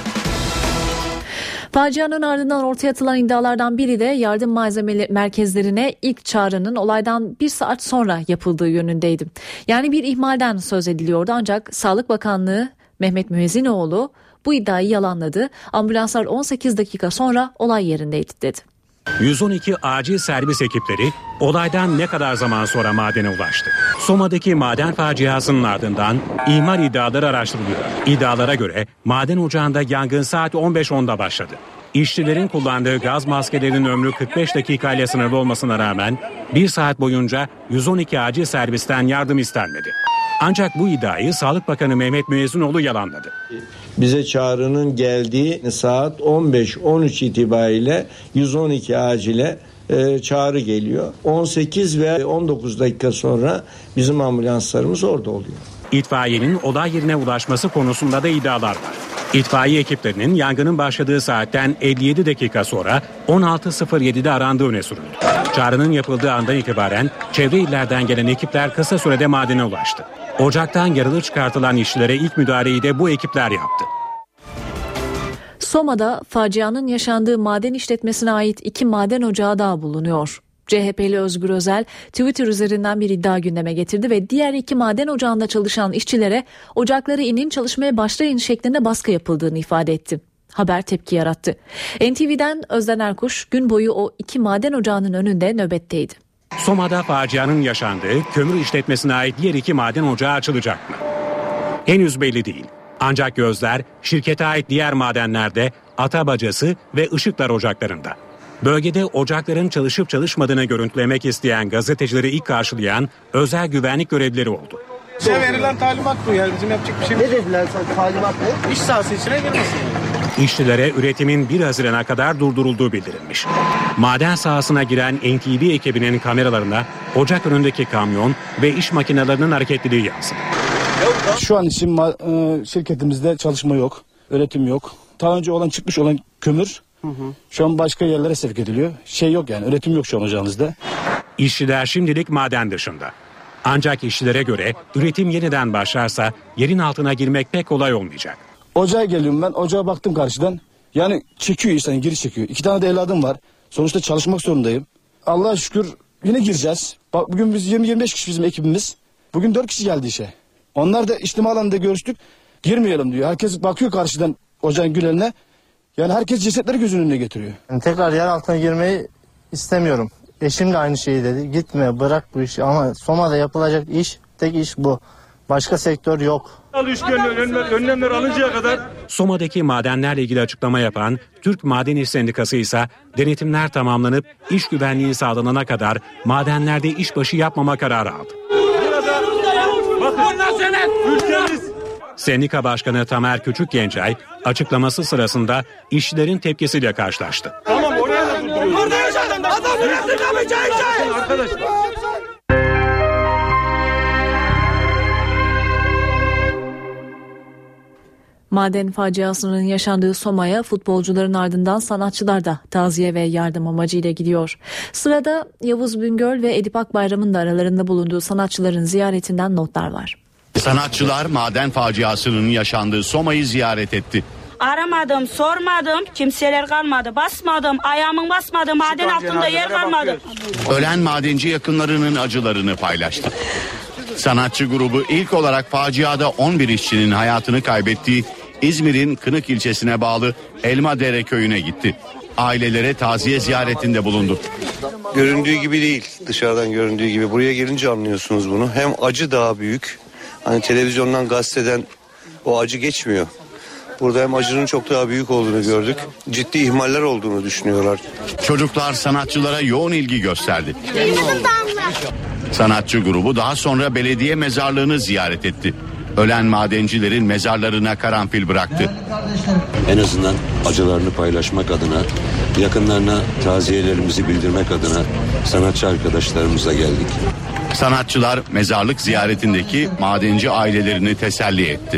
Facianın ardından ortaya atılan iddialardan biri de yardım malzeme merkezlerine ilk çağrının olaydan 1 saat sonra yapıldığı yönündeydi. Yani bir ihmalden söz ediliyordu ancak Sağlık Bakanlığı Mehmet Müezzinoğlu bu iddiayı yalanladı. Ambulanslar 18 dakika sonra olay yerindeydi dedi. 112 acil servis ekipleri olaydan ne kadar zaman sonra madene ulaştı? Soma'daki maden faciasının ardından ihmal iddiaları araştırılıyor. İddialara göre maden ocağında yangın saat 15.10'da başladı. İşçilerin kullandığı gaz maskelerinin ömrü 45 dakika ile sınırlı olmasına rağmen 1 saat boyunca 112 acil servisten yardım istenmedi. Ancak bu iddiayı Sağlık Bakanı Mehmet Müezinoğlu yalanladı. Bize çağrının geldiği saat 15-13 itibariyle 112 acile çağrı geliyor. 18 ve 19 dakika sonra bizim ambulanslarımız orada oluyor. İtfaiyenin olay yerine ulaşması konusunda da iddialar var. İtfaiye ekiplerinin yangının başladığı saatten 57 dakika sonra 16.07'de arandığı öne sürüldü. Çağrının yapıldığı andan itibaren çevre illerden gelen ekipler kısa sürede madene ulaştı. Ocaktan yaralı çıkartılan işçilere ilk müdahaleyi de bu ekipler yaptı. Soma'da facianın yaşandığı maden işletmesine ait 2 maden ocağı daha bulunuyor. CHP'li Özgür Özel Twitter üzerinden bir iddia gündeme getirdi ve diğer 2 maden ocağında çalışan işçilere ocakları inin, çalışmaya başlayın şeklinde baskı yapıldığını ifade etti. Haber tepki yarattı. NTV'den Özden Erkuş gün boyu o 2 maden ocağının önünde nöbetteydi. Soma'da facianın yaşandığı kömür işletmesine ait diğer 2 maden ocağı açılacak mı? Henüz belli değil. Ancak gözler şirkete ait diğer madenlerde Atabacası ve Işıklar ocaklarında. Bölgede ocakların çalışıp çalışmadığını görüntülemek isteyen gazetecileri ilk karşılayan özel güvenlik görevlileri oldu. Bize verilen talimat bu, yani bizim yapacak bir şey yok. Ne dediler talimat ne? İş sahası içine girmesin. İşçilere üretimin 1 Haziran'a kadar durdurulduğu bildirilmiş. Maden sahasına giren NTV ekibinin kameralarına ocak önündeki kamyon ve iş makinelerinin hareketliliği yansıdı. Şu an için şirketimizde çalışma yok, üretim yok. Daha önce çıkmış olan kömür şu an başka yerlere sevk ediliyor. Yok yani, üretim yok şu an ocağımızda. İşçiler şimdilik maden dışında. Ancak işçilere göre üretim yeniden başlarsa yerin altına girmek pek kolay olmayacak. Ocağa geliyorum ben, ocağa baktım karşıdan. Yani çekiyor işte, giriş çekiyor. 2 tane de evladım var. Sonuçta çalışmak zorundayım. Allah'a şükür yine gireceğiz. Bak bugün biz 20-25 kişi bizim ekibimiz. Bugün 4 kişi geldi işe. Onlar da içtima alanında görüştük. Girmeyelim diyor. Herkes bakıyor karşıdan ocağın gülerine. Yani herkes cesetleri gözünün önüne getiriyor. Yani tekrar yer altına girmeyi istemiyorum. Eşim de aynı şeyi dedi. Gitme, bırak bu işi. Ama Soma'da yapılacak tek iş bu. Başka sektör yok. Önlemler alıncaya kadar. Soma'daki madenlerle ilgili açıklama yapan Türk Maden İş Sendikası ise denetimler tamamlanıp iş güvenliği sağlanana kadar madenlerde işbaşı yapmama kararı aldı. Sendika Başkanı Tamer Küçükgencay açıklaması sırasında işçilerin tepkisiyle karşılaştı. Tamam, oraya da durduruyoruz. Orada yaşadın. Adam ürettiremeyeceği şey. Arkadaşlar. Maden faciasının yaşandığı Soma'ya futbolcuların ardından sanatçılar da taziye ve yardım amacıyla gidiyor. Sırada Yavuz Bingöl ve Edip Akbayram'ın da aralarında bulunduğu sanatçıların ziyaretinden notlar var. Sanatçılar maden faciasının yaşandığı Soma'yı ziyaret etti. Aramadım, sormadım, kimseler kalmadı, basmadım, ayağımın basmadı, maden altında yer kalmadı. Ölen madenci yakınlarının acılarını paylaştı. Sanatçı grubu ilk olarak faciada 11 işçinin hayatını kaybettiği İzmir'in Kınık ilçesine bağlı Elmadere köyüne gitti. Ailelere taziye ziyaretinde bulundu. Göründüğü gibi değil, dışarıdan göründüğü gibi. Buraya gelince anlıyorsunuz bunu. Hem acı daha büyük. Hani televizyondan, gazeteden o acı geçmiyor. Burada hem acının çok daha büyük olduğunu gördük. Ciddi ihmaller olduğunu düşünüyorlar. Çocuklar sanatçılara yoğun ilgi gösterdi. Sanatçı grubu daha sonra belediye mezarlığını ziyaret etti. Ölen madencilerin mezarlarına karanfil bıraktı. En azından acılarını paylaşmak adına, yakınlarına taziyelerimizi bildirmek adına sanatçı arkadaşlarımızla geldik. Sanatçılar mezarlık ziyaretindeki madenci ailelerini teselli etti.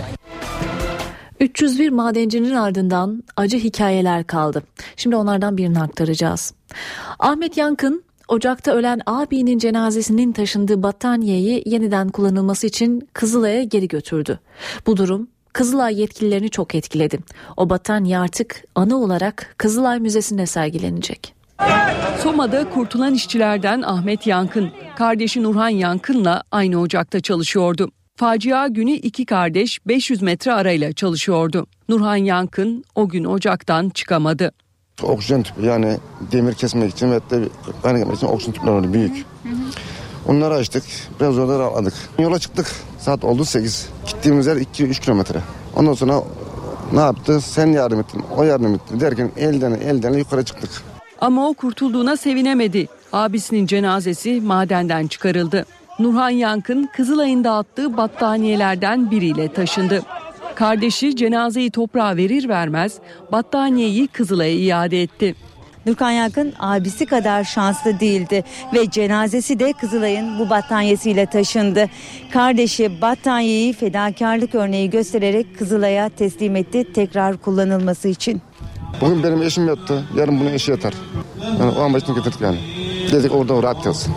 301 madencinin ardından acı hikayeler kaldı. Şimdi onlardan birini aktaracağız. Ahmet Yankın, Ocak'ta ölen abinin cenazesinin taşındığı battaniyeyi yeniden kullanılması için Kızılay'a geri götürdü. Bu durum Kızılay yetkililerini çok etkiledi. O battaniye artık anı olarak Kızılay Müzesi'nde sergilenecek. Soma'da kurtulan işçilerden Ahmet Yankın, kardeşi Nurhan Yankın'la aynı ocakta çalışıyordu. Facia günü 2 kardeş 500 metre arayla çalışıyordu. Nurhan Yankın o gün ocaktan çıkamadı. Oksijen tüpü, yani demir kesmek için ve de kaynak yapmak için oksijen tüpleri var, büyük. Onları açtık, biraz orada rahatladık. Yola çıktık, saat oldu 8. Gittiğimiz yer 2-3 kilometre. Ondan sonra ne yaptı? Sen yardım ettin, o yardım etti derken elden yukarı çıktık. Ama o kurtulduğuna sevinemedi. Abisinin cenazesi madenden çıkarıldı. Nurhan Yankın Kızılay'ın dağıttığı battaniyelerden biriyle taşındı. Kardeşi cenazeyi toprağa verir vermez battaniyeyi Kızılay'a iade etti. Nurhan Yankın abisi kadar şanslı değildi ve cenazesi de Kızılay'ın bu battaniyesiyle taşındı. Kardeşi battaniyeyi fedakarlık örneği göstererek Kızılay'a teslim etti tekrar kullanılması için. Bugün benim eşim yattı, yarın bunun eşi yatar. Yani o amaçla getirdik yani. Dedik orada rahat yatsın.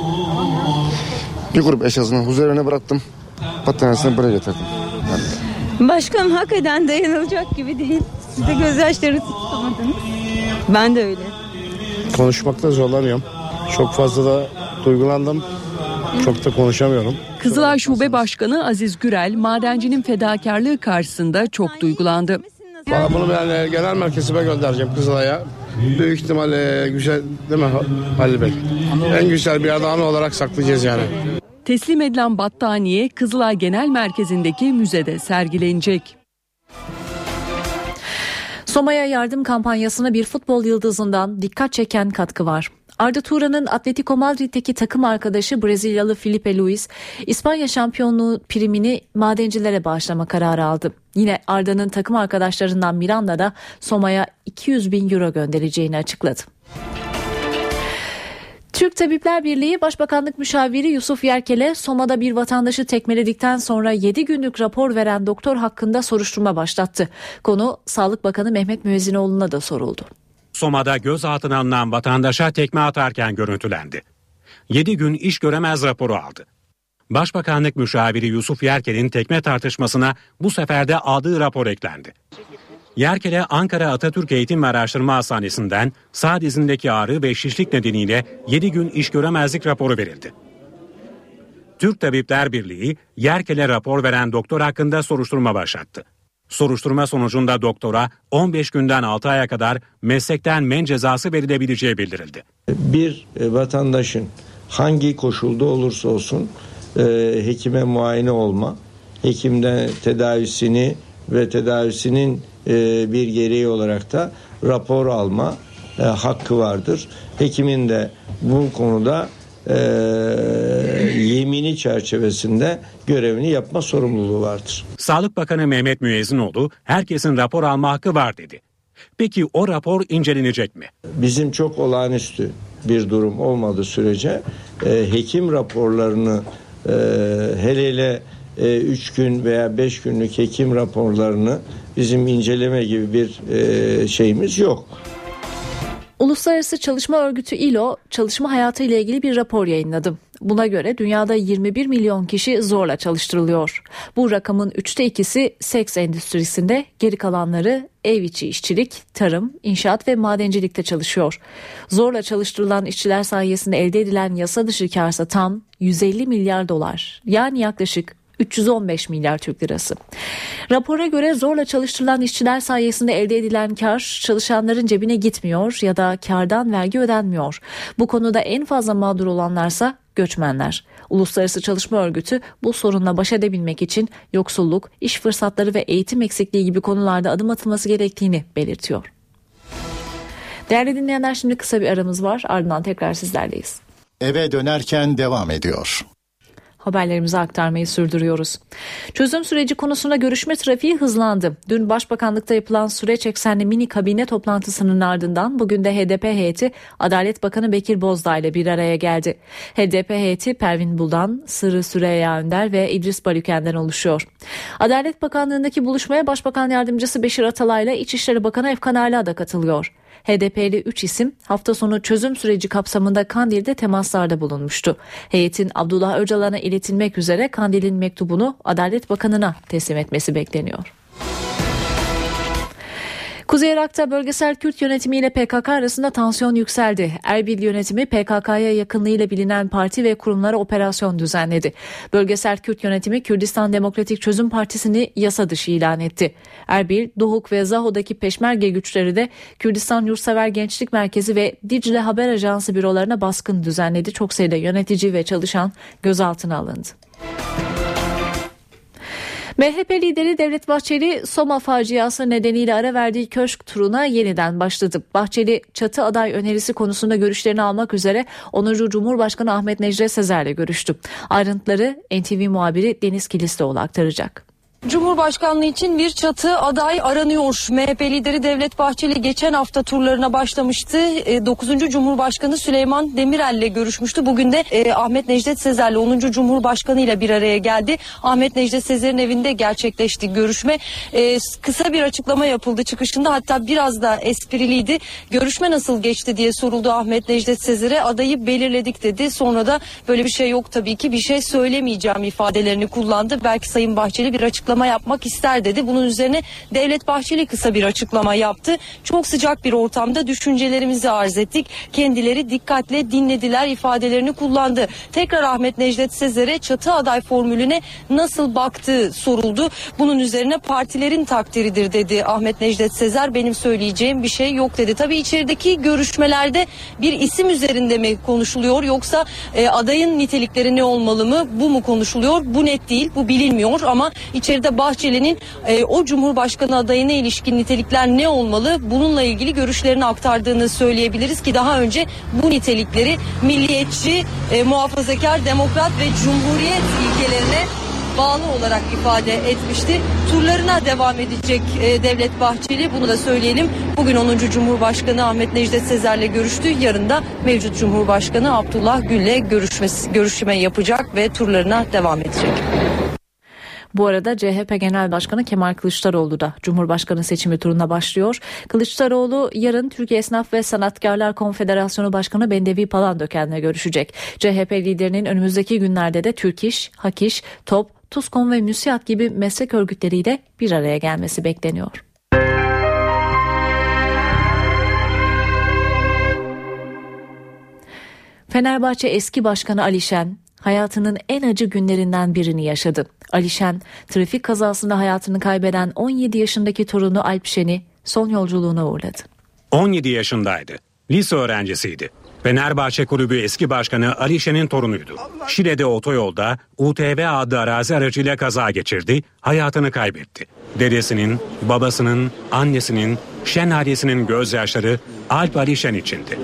Bir grup eşyasını huzuruna bıraktım, battaniyesini buraya getirdim. Yani. Başkanım hakikaten dayanılacak gibi değil. Siz de gözyaşlarınızı tutamadınız. Ben de öyle. Konuşmakta zorlanıyorum. Çok fazla da duygulandım. Çok da konuşamıyorum. Kızılay Şube Başkanı Aziz Gürel, madencinin fedakarlığı karşısında çok duygulandı. Valla bunu ben genel merkezime göndereceğim Kızılay'a. Büyük ihtimalle güzel değil mi Halil Bey? En güzel bir adamı olarak saklayacağız yani. Teslim edilen battaniye Kızılay Genel Merkezi'ndeki müzede sergilenecek. Soma'ya yardım kampanyasına bir futbol yıldızından dikkat çeken katkı var. Arda Turan'ın Atletico Madrid'deki takım arkadaşı Brezilyalı Filipe Luis, İspanya şampiyonluğu primini madencilere bağışlama kararı aldı. Yine Arda'nın takım arkadaşlarından Miranda da Soma'ya 200 bin euro göndereceğini açıkladı. Türk Tabipler Birliği Başbakanlık Müşaviri Yusuf Yerkel'e Soma'da bir vatandaşı tekmeledikten sonra 7 günlük rapor veren doktor hakkında soruşturma başlattı. Konu Sağlık Bakanı Mehmet Müezzinoğlu'na da soruldu. Soma'da gözaltına alınan vatandaşa tekme atarken görüntülendi. 7 gün iş göremez raporu aldı. Başbakanlık Müşaviri Yusuf Yerkel'in tekme tartışmasına bu sefer de aldığı rapor eklendi. Yerkel'e Ankara Atatürk Eğitim ve Araştırma Hastanesi'nden sağ dizindeki ağrı ve şişlik nedeniyle 7 gün iş göremezlik raporu verildi. Türk Tabipler Birliği Yerkel'e rapor veren doktor hakkında soruşturma başlattı. Soruşturma sonucunda doktora 15 günden 6 aya kadar meslekten men cezası verilebileceği bildirildi. Bir vatandaşın hangi koşulda olursa olsun hekime muayene olma, hekimden tedavisini ve tedavisinin bir gereği olarak da rapor alma hakkı vardır. Hekimin de bu konuda yemini çerçevesinde görevini yapma sorumluluğu vardır. Sağlık Bakanı Mehmet Müezzinoğlu herkesin rapor alma hakkı var dedi. Peki o rapor incelenecek mi? Bizim çok olağanüstü bir durum olmadığı sürece hekim raporlarını hele 3 gün veya 5 günlük hekim raporlarını bizim inceleme gibi bir şeyimiz yok. Uluslararası Çalışma Örgütü ILO, çalışma hayatı ile ilgili bir rapor yayınladı. Buna göre dünyada 21 milyon kişi zorla çalıştırılıyor. Bu rakamın 2/3'ü seks endüstrisinde, geri kalanları ev içi işçilik, tarım, inşaat ve madencilikte çalışıyor. Zorla çalıştırılan işçiler sayesinde elde edilen yasa dışı kârsa tam 150 milyar dolar. Yani yaklaşık 315 milyar Türk lirası. Rapora göre zorla çalıştırılan işçiler sayesinde elde edilen kar çalışanların cebine gitmiyor ya da kardan vergi ödenmiyor. Bu konuda en fazla mağdur olanlarsa göçmenler. Uluslararası Çalışma Örgütü bu sorunla baş edebilmek için yoksulluk, iş fırsatları ve eğitim eksikliği gibi konularda adım atılması gerektiğini belirtiyor. Değerli dinleyenler, şimdi kısa bir aramız var, ardından tekrar sizlerleyiz. Eve dönerken devam ediyor. Haberlerimizi aktarmayı sürdürüyoruz. Çözüm süreci konusunda görüşme trafiği hızlandı. Dün Başbakanlıkta yapılan süreç eksenli mini kabine toplantısının ardından bugün de HDP heyeti Adalet Bakanı Bekir Bozdağ ile bir araya geldi. HDP heyeti Pervin Buldan, Sırrı Süreyya Önder ve İdris Balüken'den oluşuyor. Adalet Bakanlığı'ndaki buluşmaya Başbakan Yardımcısı Beşir Atalay ile İçişleri Bakanı Efkan Ala da katılıyor. HDP'li 3 isim hafta sonu çözüm süreci kapsamında Kandil'de temaslarda bulunmuştu. Heyetin Abdullah Öcalan'a iletilmek üzere Kandil'in mektubunu Adalet Bakanı'na teslim etmesi bekleniyor. Kuzey Irak'ta bölgesel Kürt yönetimi ile PKK arasında tansiyon yükseldi. Erbil yönetimi PKK'ya yakınlığıyla bilinen parti ve kurumlara operasyon düzenledi. Bölgesel Kürt yönetimi Kürdistan Demokratik Çözüm Partisi'ni yasa dışı ilan etti. Erbil, Duhuk ve Zaho'daki peşmerge güçleri de Kürdistan Yurtsever Gençlik Merkezi ve Dicle Haber Ajansı bürolarına baskın düzenledi. Çok sayıda yönetici ve çalışan gözaltına alındı. MHP lideri Devlet Bahçeli, Soma faciası nedeniyle ara verdiği köşk turuna yeniden başladı. Bahçeli, çatı aday önerisi konusunda görüşlerini almak üzere 10. Cumhurbaşkanı Ahmet Necdet Sezer'le görüştü. Ayrıntıları NTV muhabiri Deniz Kilislioğlu aktaracak. Cumhurbaşkanlığı için bir çatı aday aranıyor. MHP lideri Devlet Bahçeli geçen hafta turlarına başlamıştı. 9. Cumhurbaşkanı Süleyman Demirel'le görüşmüştü. Bugün de Ahmet Necdet Sezer'le 10. Cumhurbaşkanı ile bir araya geldi. Ahmet Necdet Sezer'in evinde gerçekleşti görüşme. Kısa bir açıklama yapıldı çıkışında, hatta biraz da espriliydi. Görüşme nasıl geçti diye soruldu Ahmet Necdet Sezer'e. Adayı belirledik dedi. Sonra da böyle bir şey yok tabii ki, bir şey söylemeyeceğim ifadelerini kullandı. Belki Sayın Bahçeli bir açıklama yapmak ister dedi. Bunun üzerine Devlet Bahçeli kısa bir açıklama yaptı. Çok sıcak bir ortamda düşüncelerimizi arz ettik. Kendileri dikkatle dinlediler ifadelerini kullandı. Tekrar Ahmet Necdet Sezer'e çatı aday formülüne nasıl baktığı soruldu. Bunun üzerine partilerin takdiridir dedi Ahmet Necdet Sezer. Benim söyleyeceğim bir şey yok dedi. Tabii içerideki görüşmelerde bir isim üzerinde mi konuşuluyor, yoksa adayın nitelikleri ne olmalı mı, bu mu konuşuluyor? Bu net değil, bu bilinmiyor ama içeride Bahçeli'nin o Cumhurbaşkanı adayına ilişkin nitelikler ne olmalı, bununla ilgili görüşlerini aktardığını söyleyebiliriz ki daha önce bu nitelikleri milliyetçi, muhafazakar, demokrat ve cumhuriyet ilkelerine bağlı olarak ifade etmişti. Turlarına devam edecek Devlet Bahçeli, bunu da söyleyelim. Bugün 10. Cumhurbaşkanı Ahmet Necdet Sezer'le görüştü. Yarın da mevcut Cumhurbaşkanı Abdullah Gül'le görüşme yapacak ve turlarına devam edecek. Bu arada CHP Genel Başkanı Kemal Kılıçdaroğlu da Cumhurbaşkanı seçimi turuna başlıyor. Kılıçdaroğlu yarın Türkiye Esnaf ve Sanatkarlar Konfederasyonu Başkanı Bendevi Palandöken'le görüşecek. CHP liderinin önümüzdeki günlerde de Türk İş, Hak İş, TOP, TUSKON ve MÜSİAD gibi meslek örgütleriyle bir araya gelmesi bekleniyor. Fenerbahçe eski başkanı Ali Şen hayatının en acı günlerinden birini yaşadı. Ali Şen, trafik kazasında hayatını kaybeden 17 yaşındaki torunu Alp Şen'i son yolculuğuna uğurladı. 17 yaşındaydı. Lise öğrencisiydi. Fenerbahçe Kulübü eski başkanı Ali Şen'in torunuydu. Şile'de otoyolda UTV adlı arazi aracıyla kaza geçirdi, hayatını kaybetti. Dedesinin, babasının, annesinin, Şen ailesinin gözyaşları Alp Ali Şen içindi.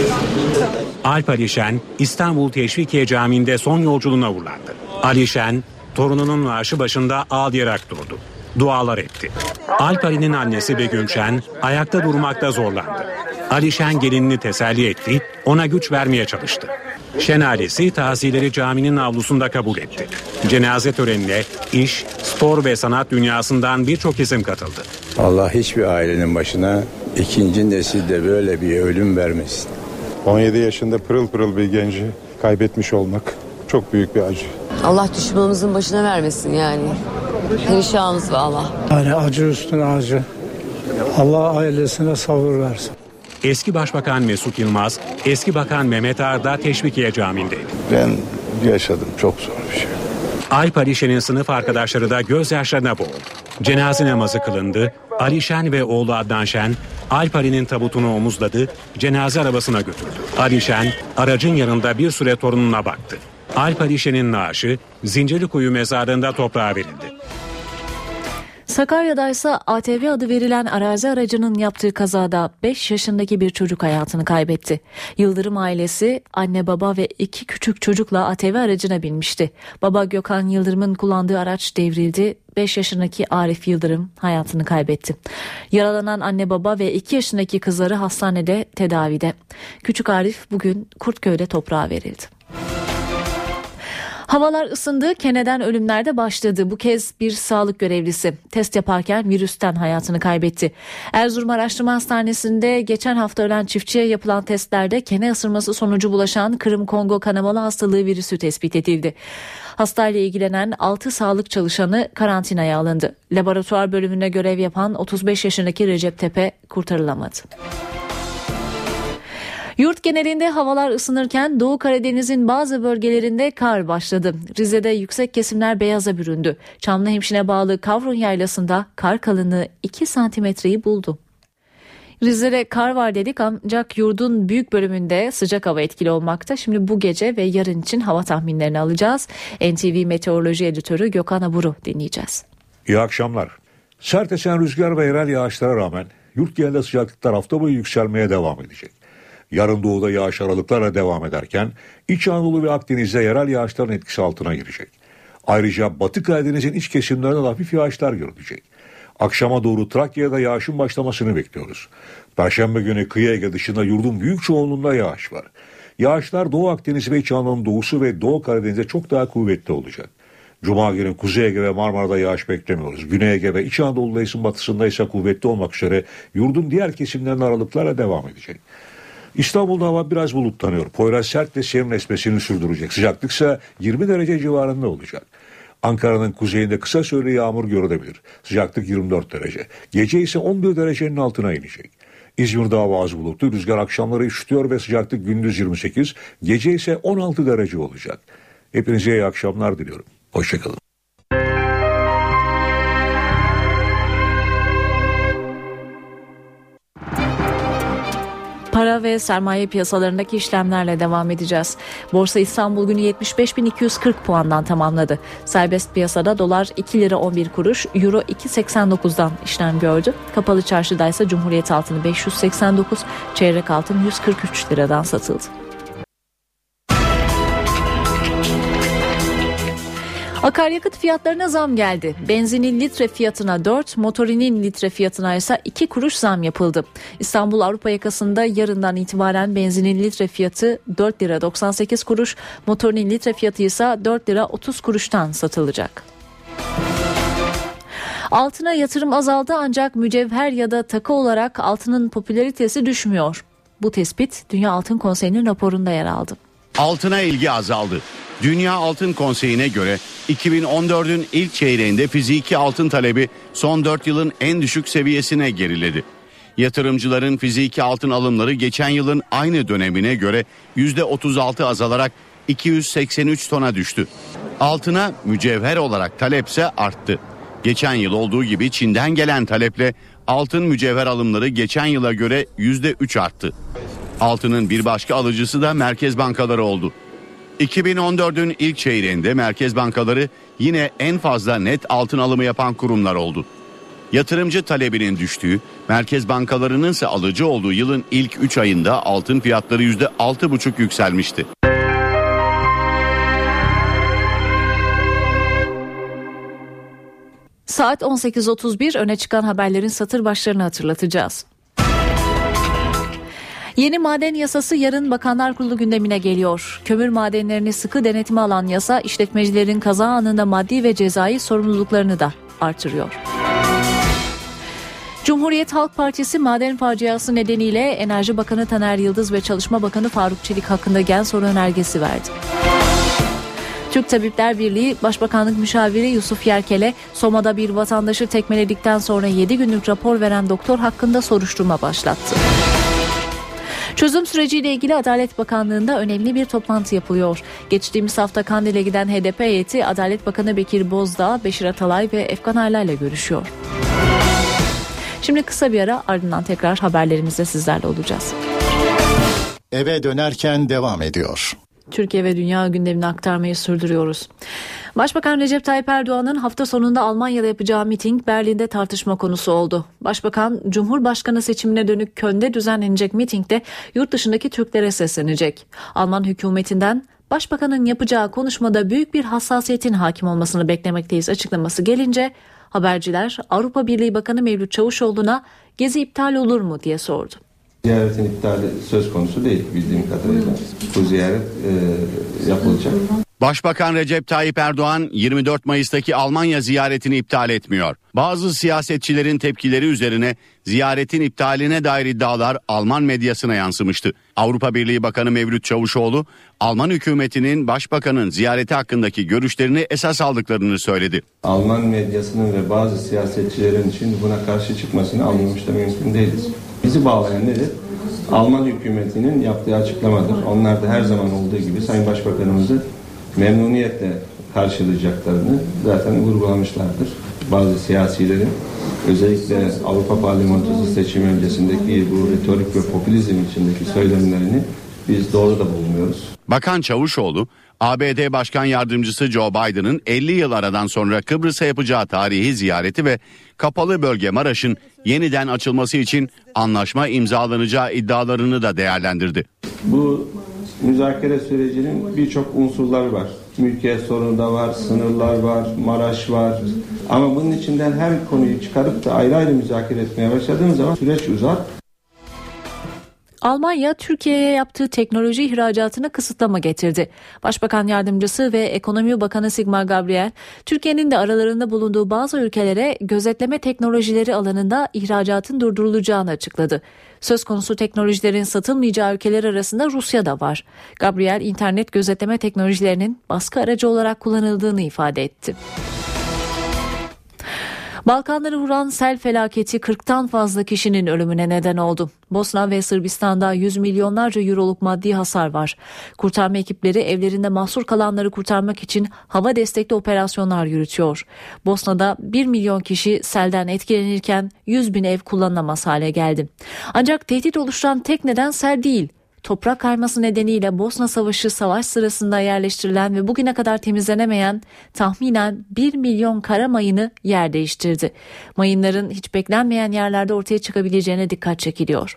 Alp Ali Şen, İstanbul Teşvikiye Camii'nde son yolculuğuna uğurlandı. Ali Şen, torununun naaşı başında ağlayarak durdu. Dualar etti. Alp Ali'nin annesi Begüm Şen ayakta durmakta zorlandı. Ali Şen gelinini teselli etti, ona güç vermeye çalıştı. Şen ailesi taziyeleri caminin avlusunda kabul etti. Cenaze törenine iş, spor ve sanat dünyasından birçok isim katıldı. Allah hiçbir ailenin başına ikinci nesilde böyle bir ölüm vermesin. 17 yaşında pırıl pırıl bir genci kaybetmiş olmak çok büyük bir acı. Allah düşmanımızın başına vermesin yani. Perişanız valla. Yani acı üstüne acı. Allah ailesine sabır versin. Eski Başbakan Mesut Yılmaz, eski Bakan Mehmet Ağar Teşvikiye Camii'ndeydi. Ben yaşadım, çok zor bir şey. Alp Ali Şen'in sınıf arkadaşları da gözyaşlarına boğuldu. Cenaze namazı kılındı. Ali Şen ve oğlu Adnan Şen, Alp Ali'nin tabutunu omuzladı, cenaze arabasına götürdü. Ali Şen, aracın yanında bir süre torununa baktı. Alp Ali Şen'in naaşı Zincirlikuyu mezarlığında toprağa verildi. Sakarya'da ise ATV adı verilen arazi aracının yaptığı kazada 5 yaşındaki bir çocuk hayatını kaybetti. Yıldırım ailesi anne baba ve 2 küçük çocukla ATV aracına binmişti. Baba Gökhan Yıldırım'ın kullandığı araç devrildi. 5 yaşındaki Arif Yıldırım hayatını kaybetti. Yaralanan anne baba ve 2 yaşındaki kızları hastanede tedavide. Küçük Arif bugün Kurtköy'de toprağa verildi. Havalar ısındı, keneden ölümler de başladı. Bu kez bir sağlık görevlisi test yaparken virüsten hayatını kaybetti. Erzurum Araştırma Hastanesi'nde geçen hafta ölen çiftçiye yapılan testlerde kene ısırması sonucu bulaşan Kırım-Kongo kanamalı hastalığı virüsü tespit edildi. Hastayla ilgilenen 6 sağlık çalışanı karantinaya alındı. Laboratuvar bölümünde görev yapan 35 yaşındaki Recep Tepe kurtarılamadı. Yurt genelinde havalar ısınırken Doğu Karadeniz'in bazı bölgelerinde kar başladı. Rize'de yüksek kesimler beyaza büründü. Çamlıhemşin'e bağlı Kavrun Yaylası'nda kar kalınlığı 2 santimetreyi buldu. Rize'de kar var dedik ancak yurdun büyük bölümünde sıcak hava etkili olmakta. Şimdi bu gece ve yarın için hava tahminlerini alacağız. NTV Meteoroloji Editörü Gökhan Abur'u dinleyeceğiz. İyi akşamlar. Sert esen rüzgar ve yerel yağışlara rağmen yurt genelinde sıcaklıklar hafta boyu yükselmeye devam edecek. Yarın doğuda yağış aralıklarla devam ederken İç Anadolu ve Akdeniz'de yerel yağışların etkisi altına girecek. Ayrıca Batı Karadeniz'in iç kesimlerinde hafif yağışlar görülecek. Akşama doğru Trakya'da yağışın başlamasını bekliyoruz. Perşembe günü kıyı Ege dışında yurdun büyük çoğunluğunda yağış var. Yağışlar Doğu Akdeniz ve İç Anadolu'nun doğusu ve Doğu Karadeniz'de çok daha kuvvetli olacak. Cuma günü Kuzey Ege ve Marmara'da yağış beklemiyoruz. Güney Ege ve İç Anadolu ise batısında ise kuvvetli olmak üzere yurdun diğer kesimlerinde aralıklarla devam edecek. İstanbul'da hava biraz bulutlanıyor. Poyraz sert ve serin esmesini sürdürecek. Sıcaklık ise 20 derece civarında olacak. Ankara'nın kuzeyinde kısa süreli yağmur görülebilir. Sıcaklık 24 derece. Gece ise 11 derecenin altına inecek. İzmir'de hava az bulutlu. Rüzgar akşamları üşütüyor ve sıcaklık gündüz 28, gece ise 16 derece olacak. Hepinize iyi akşamlar diliyorum. Hoşçakalın. Para ve sermaye piyasalarındaki işlemlerle devam edeceğiz. Borsa İstanbul günü 75.240 puandan tamamladı. Serbest piyasada dolar 2 lira 11 kuruş, euro 2.89'dan işlem gördü. Kapalı çarşıda ise Cumhuriyet altını 589, çeyrek altın 143 liradan satıldı. Akaryakıt fiyatlarına zam geldi. Benzinin litre fiyatına 4, motorinin litre fiyatına ise 2 kuruş zam yapıldı. İstanbul Avrupa yakasında yarından itibaren benzinin litre fiyatı 4 lira 98 kuruş, motorinin litre fiyatı ise 4 lira 30 kuruştan satılacak. Altına yatırım azaldı ancak mücevher ya da takı olarak altının popülaritesi düşmüyor. Bu tespit Dünya Altın Konseyi'nin raporunda yer aldı. Altına ilgi azaldı. Dünya Altın Konseyi'ne göre 2014'ün ilk çeyreğinde fiziki altın talebi son 4 yılın en düşük seviyesine geriledi. Yatırımcıların fiziki altın alımları geçen yılın aynı dönemine göre %36 azalarak 283 tona düştü. Altına mücevher olarak talepse arttı. Geçen yıl olduğu gibi Çin'den gelen taleple altın mücevher alımları geçen yıla göre %3 arttı. Altının bir başka alıcısı da merkez bankaları oldu. 2014'ün ilk çeyreğinde merkez bankaları yine en fazla net altın alımı yapan kurumlar oldu. Yatırımcı talebinin düştüğü, merkez bankalarının ise alıcı olduğu yılın ilk 3 ayında altın fiyatları %6,5 yükselmişti. Saat 18.31, öne çıkan haberlerin satır başlarını hatırlatacağız. Yeni maden yasası yarın Bakanlar Kurulu gündemine geliyor. Kömür madenlerini sıkı denetime alan yasa işletmecilerin kaza anında maddi ve cezai sorumluluklarını da artırıyor. Cumhuriyet Halk Partisi maden faciası nedeniyle Enerji Bakanı Taner Yıldız ve Çalışma Bakanı Faruk Çelik hakkında gen soru önergesi verdi. Türk Tabipler Birliği Başbakanlık Müşaviri Yusuf Yerkel'e Soma'da bir vatandaşı tekmeledikten sonra 7 günlük rapor veren doktor hakkında soruşturma başlattı. Çözüm süreciyle ilgili Adalet Bakanlığı'nda önemli bir toplantı yapılıyor. Geçtiğimiz hafta Kandil'e giden HDP heyeti Adalet Bakanı Bekir Bozdağ, Beşir Atalay ve Efkan Ayla ile görüşüyor. Şimdi kısa bir ara, ardından tekrar haberlerimizde sizlerle olacağız. Eve dönerken devam ediyor. Türkiye ve dünya gündemini aktarmayı sürdürüyoruz. Başbakan Recep Tayyip Erdoğan'ın hafta sonunda Almanya'da yapacağı miting Berlin'de tartışma konusu oldu. Başbakan, Cumhurbaşkanı seçimine dönük Köln'de düzenlenecek mitingde yurt dışındaki Türklere seslenecek. Alman hükümetinden Başbakanın yapacağı konuşmada büyük bir hassasiyetin hakim olmasını beklemekteyiz açıklaması gelince haberciler Avrupa Birliği Bakanı Mevlüt Çavuşoğlu'na gezi iptal olur mu diye sordu. Ziyaretin iptali söz konusu değil bildiğim kadarıyla. Bu ziyaret yapılacak. Başbakan Recep Tayyip Erdoğan 24 Mayıs'taki Almanya ziyaretini iptal etmiyor. Bazı siyasetçilerin tepkileri üzerine ziyaretin iptaline dair iddialar Alman medyasına yansımıştı. Avrupa Birliği Bakanı Mevlüt Çavuşoğlu, Alman hükümetinin başbakanın ziyareti hakkındaki görüşlerini esas aldıklarını söyledi. Alman medyasının ve bazı siyasetçilerin için buna karşı çıkmasını anlamış da mümkün değiliz. Bizi bağlayan nedir? Alman hükümetinin yaptığı açıklamadır. Onlar da her zaman olduğu gibi Sayın Başbakanımızı memnuniyetle karşılayacaklarını zaten vurgulamışlardır. Bazı siyasilerin özellikle Avrupa Parlamentosu seçimi öncesindeki bu retorik ve popülizm içindeki söylemlerini biz doğru da bulmuyoruz. Bakan Çavuşoğlu, ABD Başkan Yardımcısı Joe Biden'ın 50 yıl aradan sonra Kıbrıs'a yapacağı tarihi ziyareti ve kapalı bölge Maraş'ın yeniden açılması için anlaşma imzalanacağı iddialarını da değerlendirdi. Bu müzakere sürecinin birçok unsurları var. Mülkiyet sorunu da var, sınırlar var, Maraş var. Ama bunun içinden her konuyu çıkarıp da ayrı ayrı müzakere etmeye başladığımız zaman süreç uzar. Almanya, Türkiye'ye yaptığı teknoloji ihracatına kısıtlama getirdi. Başbakan Yardımcısı ve Ekonomi Bakanı Sigmar Gabriel, Türkiye'nin de aralarında bulunduğu bazı ülkelere gözetleme teknolojileri alanında ihracatın durdurulacağını açıkladı. Söz konusu teknolojilerin satılmayacağı ülkeler arasında Rusya da var. Gabriel, internet gözetleme teknolojilerinin baskı aracı olarak kullanıldığını ifade etti. Balkanları vuran sel felaketi 40'tan fazla kişinin ölümüne neden oldu. Bosna ve Sırbistan'da 100 milyonlarca euroluk maddi hasar var. Kurtarma ekipleri evlerinde mahsur kalanları kurtarmak için hava destekli operasyonlar yürütüyor. Bosna'da 1 milyon kişi selden etkilenirken 100 bin ev kullanılamaz hale geldi. Ancak tehdit oluşturan tek neden sel değil. Toprak kayması nedeniyle Bosna Savaşı savaş sırasında yerleştirilen ve bugüne kadar temizlenemeyen tahminen 1 milyon kara mayını yer değiştirdi. Mayınların hiç beklenmeyen yerlerde ortaya çıkabileceğine dikkat çekiliyor.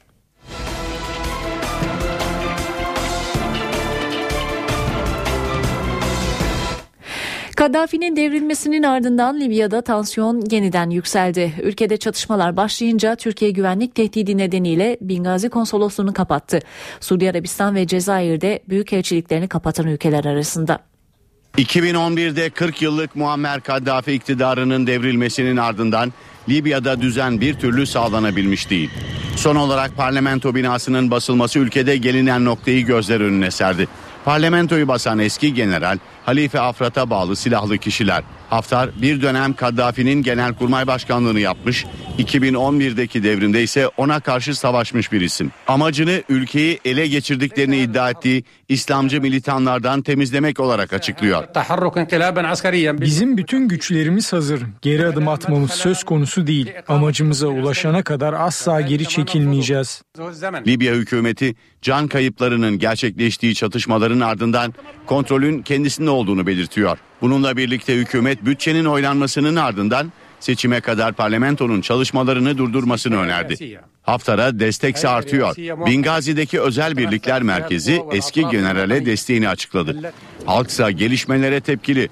Kaddafi'nin devrilmesinin ardından Libya'da tansiyon yeniden yükseldi. Ülkede çatışmalar başlayınca Türkiye güvenlik tehdidi nedeniyle Bingazi konsolosluğunu kapattı. Suudi Arabistan ve Cezayir'de büyükelçiliklerini kapatan ülkeler arasında. 2011'de 40 yıllık Muammer Kaddafi iktidarının devrilmesinin ardından Libya'da düzen bir türlü sağlanabilmiş değil. Son olarak parlamento binasının basılması ülkede gelinen noktayı gözler önüne serdi. Parlamentoyu basan eski general Halife Haftar'a bağlı silahlı kişiler. Haftar bir dönem Kaddafi'nin genelkurmay başkanlığını yapmış, 2011'deki devrimde ise ona karşı savaşmış bir isim. Amacını ülkeyi ele geçirdiklerini iddia ettiği İslamcı militanlardan temizlemek olarak açıklıyor. Bizim bütün güçlerimiz hazır. Geri adım atmamız söz konusu değil. Amacımıza ulaşana kadar asla geri çekilmeyeceğiz. Libya hükümeti can kayıplarının gerçekleştiği çatışmaların ardından kontrolün kendisinde olduğunu belirtiyor. Bununla birlikte hükümet bütçenin oylanmasının ardından seçime kadar parlamentonun çalışmalarını durdurmasını önerdi. Haftar'a destekse artıyor. Bingazi'deki Özel Birlikler Merkezi eski generale desteğini açıkladı. Halksa gelişmelere tepkili.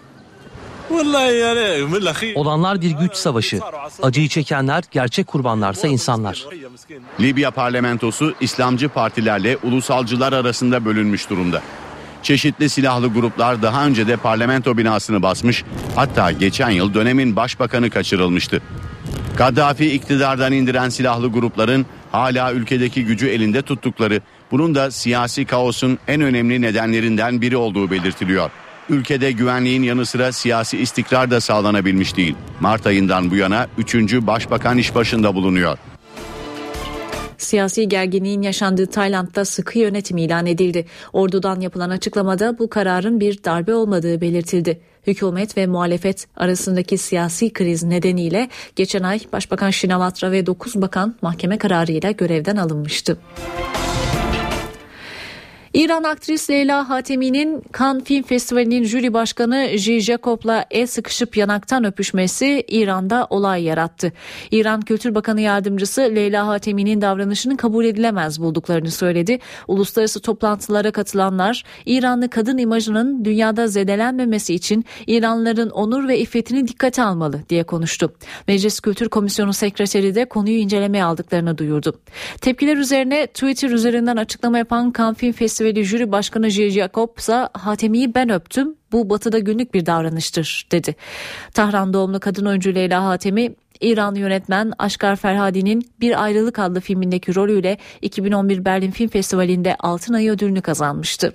Olanlar bir güç savaşı. Acıyı çekenler gerçek kurbanlarsa insanlar. Libya parlamentosu İslamcı partilerle ulusalcılar arasında bölünmüş durumda. Çeşitli silahlı gruplar daha önce de parlamento binasını basmış, hatta geçen yıl dönemin başbakanı kaçırılmıştı. Kaddafi iktidardan indiren silahlı grupların hala ülkedeki gücü elinde tuttukları, bunun da siyasi kaosun en önemli nedenlerinden biri olduğu belirtiliyor. Ülkede güvenliğin yanı sıra siyasi istikrar da sağlanabilmiş değil. Mart ayından bu yana 3. başbakan iş başında bulunuyor. Siyasi gerginliğin yaşandığı Tayland'da sıkı yönetim ilan edildi. Ordudan yapılan açıklamada bu kararın bir darbe olmadığı belirtildi. Hükümet ve muhalefet arasındaki siyasi kriz nedeniyle geçen ay Başbakan Shinawatra ve 9 bakan mahkeme kararıyla görevden alınmıştı. İran aktris Leyla Hatemi'nin Cannes Film Festivali'nin jüri başkanı Ji Jacob'la el sıkışıp yanaktan öpüşmesi İran'da olay yarattı. İran Kültür Bakanı Yardımcısı Leyla Hatemi'nin davranışının kabul edilemez bulduklarını söyledi. Uluslararası toplantılara katılanlar İranlı kadın imajının dünyada zedelenmemesi için İranlıların onur ve iffetini dikkate almalı diye konuştu. Meclis Kültür Komisyonu Sekreteri de konuyu incelemeye aldıklarını duyurdu. Tepkiler üzerine Twitter üzerinden açıklama yapan Cannes Film Festivali jüri başkanı Ji Jacob ise Hatemi'yi ben öptüm, bu batıda günlük bir davranıştır dedi. Tahran doğumlu kadın oyuncu Leyla Hatemi, İranlı yönetmen Aşkar Ferhadi'nin Bir Ayrılık adlı filmindeki rolüyle 2011 Berlin Film Festivali'nde Altın Ayı ödülünü kazanmıştı.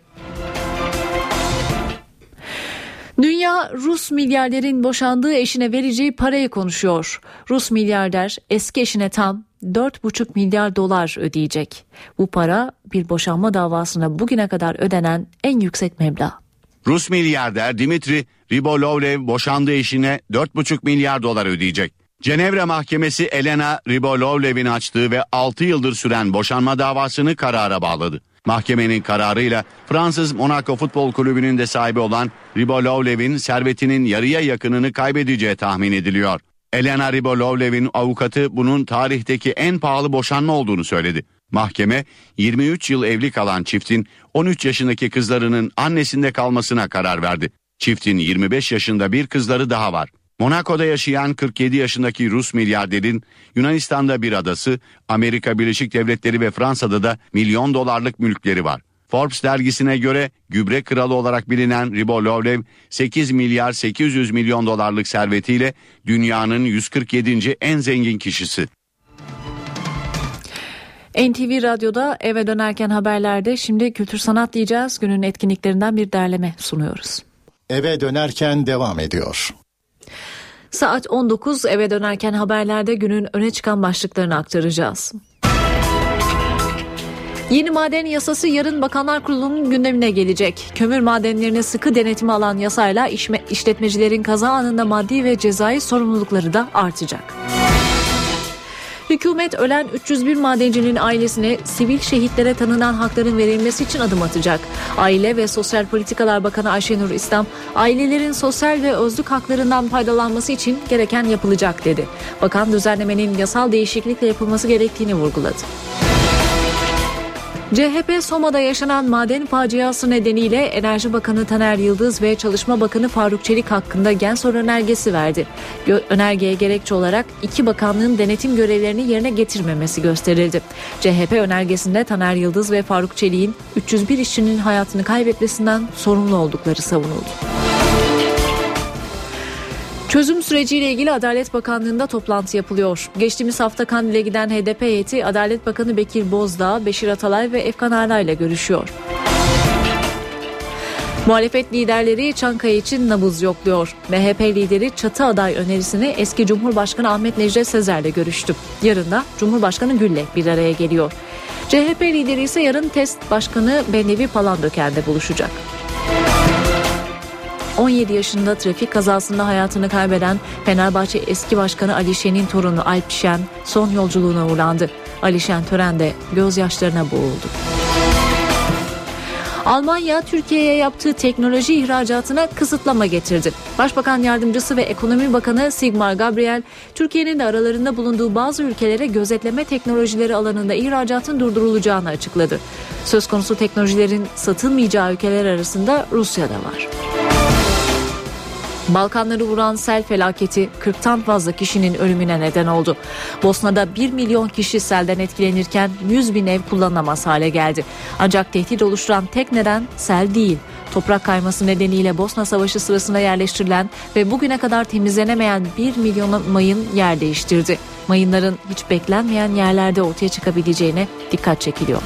Dünya Rus milyarderin boşandığı eşine vereceği parayı konuşuyor. Rus milyarder eski eşine tam 4,5 milyar dolar ödeyecek. Bu para bir boşanma davasına bugüne kadar ödenen en yüksek meblağ. Rus milyarder Dimitri Ribolovlev boşandığı eşine 4,5 milyar dolar ödeyecek. Cenevre Mahkemesi Elena Ribolovlev'in açtığı ve 6 yıldır süren boşanma davasını karara bağladı. Mahkemenin kararıyla Fransız Monaco Futbol Kulübü'nün de sahibi olan Ribolovlev'in servetinin yarıya yakınını kaybedeceği tahmin ediliyor. Elena Ribolovlev'in avukatı bunun tarihteki en pahalı boşanma olduğunu söyledi. Mahkeme 23 yıl evli kalan çiftin 13 yaşındaki kızlarının annesinde kalmasına karar verdi. Çiftin 25 yaşında bir kızları daha var. Monaco'da yaşayan 47 yaşındaki Rus milyarderin Yunanistan'da bir adası, Amerika Birleşik Devletleri ve Fransa'da da milyon dolarlık mülkleri var. Forbes dergisine göre gübre kralı olarak bilinen Ribolovlev 8 milyar 800 milyon dolarlık servetiyle dünyanın 147. en zengin kişisi. NTV Radyo'da eve dönerken haberlerde şimdi kültür sanat diyeceğiz. Günün etkinliklerinden bir derleme sunuyoruz. Eve dönerken devam ediyor. Saat 19 eve dönerken haberlerde günün öne çıkan başlıklarını aktaracağız. Yeni maden yasası yarın Bakanlar Kurulu'nun gündemine gelecek. Kömür madenlerini sıkı denetime alan yasayla işletmecilerin kaza anında maddi ve cezai sorumlulukları da artacak. Hükümet ölen 301 madencinin ailesine sivil şehitlere tanınan hakların verilmesi için adım atacak. Aile ve Sosyal Politikalar Bakanı Ayşenur İslam, ailelerin sosyal ve özlük haklarından faydalanması için gereken yapılacak dedi. Bakan düzenlemenin yasal değişiklikle yapılması gerektiğini vurguladı. CHP Soma'da yaşanan maden faciası nedeniyle Enerji Bakanı Taner Yıldız ve Çalışma Bakanı Faruk Çelik hakkında Gensor önergesi verdi. Önergeye gerekçe olarak iki bakanlığın denetim görevlerini yerine getirmemesi gösterildi. CHP önergesinde Taner Yıldız ve Faruk Çelik'in 301 işçinin hayatını kaybetmesinden sorumlu oldukları savunuldu. Çözüm süreciyle ilgili Adalet Bakanlığı'nda toplantı yapılıyor. Geçtiğimiz hafta Kandil'e giden HDP heyeti Adalet Bakanı Bekir Bozdağ, Beşir Atalay ve Efkan Ala ile görüşüyor. Muhalefet liderleri Çankaya için nabız yokluyor. MHP lideri çatı aday önerisini eski Cumhurbaşkanı Ahmet Necdet Sezer'le görüştü. Yarın da Cumhurbaşkanı Gül'le bir araya geliyor. CHP lideri ise yarın TEST Başkanı Bennevi Palandöken'de buluşacak. 17 yaşında trafik kazasında hayatını kaybeden Fenerbahçe eski başkanı Ali Şen'in torunu Alp Şen son yolculuğuna uğurlandı. Ali Şen törende gözyaşlarına boğuldu. Almanya Türkiye'ye yaptığı teknoloji ihracatına kısıtlama getirdi. Başbakan Yardımcısı ve Ekonomi Bakanı Sigmar Gabriel, Türkiye'nin de aralarında bulunduğu bazı ülkelere gözetleme teknolojileri alanında ihracatın durdurulacağını açıkladı. Söz konusu teknolojilerin satılmayacağı ülkeler arasında Rusya da var. Balkanları vuran sel felaketi 40'tan fazla kişinin ölümüne neden oldu. Bosna'da 1 milyon kişi selden etkilenirken 100 bin ev kullanılamaz hale geldi. Ancak tehdit oluşturan tek neden sel değil. Toprak kayması nedeniyle Bosna Savaşı sırasında yerleştirilen ve bugüne kadar temizlenemeyen 1 milyon mayın yer değiştirdi. Mayınların hiç beklenmeyen yerlerde ortaya çıkabileceğine dikkat çekiliyor.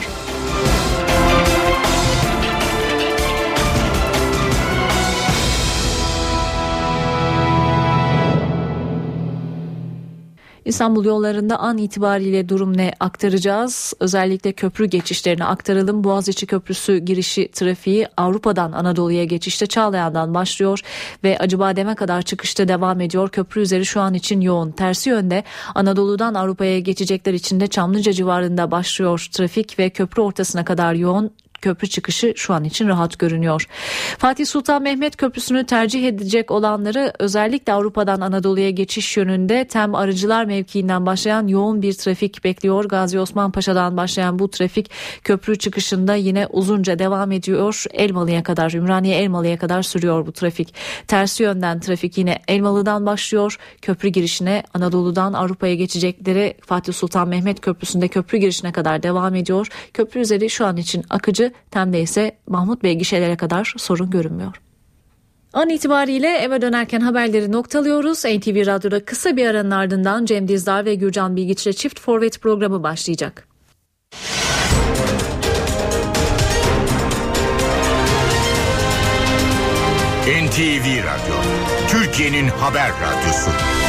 İstanbul yollarında an itibariyle durum ne aktaracağız? Özellikle köprü geçişlerini aktaralım. Boğaziçi Köprüsü girişi trafiği Avrupa'dan Anadolu'ya geçişte Çağlayan'dan başlıyor ve Acıbadem'e kadar çıkışta devam ediyor. Köprü üzeri şu an için yoğun. Tersi yönde Anadolu'dan Avrupa'ya geçecekler için de Çamlıca civarında başlıyor trafik ve köprü ortasına kadar yoğun. Köprü çıkışı şu an için rahat görünüyor. Fatih Sultan Mehmet Köprüsü'nü tercih edecek olanları özellikle Avrupa'dan Anadolu'ya geçiş yönünde Tem Arıcılar mevkiinden başlayan yoğun bir trafik bekliyor. Gazi Osman Paşa'dan başlayan bu trafik köprü çıkışında yine uzunca devam ediyor. Elmalı'ya kadar, Ümraniye Elmalı'ya kadar sürüyor bu trafik. Tersi yönden trafik yine Elmalı'dan başlıyor. Köprü girişine Anadolu'dan Avrupa'ya geçecekleri Fatih Sultan Mehmet Köprüsü'nde köprü girişine kadar devam ediyor. Köprü üzeri şu an için akıcı. Tem'de ise Mahmut Bey gişelere kadar sorun görünmüyor. An itibariyle eve dönerken haberleri noktalıyoruz. NTV Radyo'da kısa bir aranın ardından Cem Dizdar ve Gürcan Bilgiç'le Çift Forvet programı başlayacak. NTV Radyo, Türkiye'nin haber radyosu.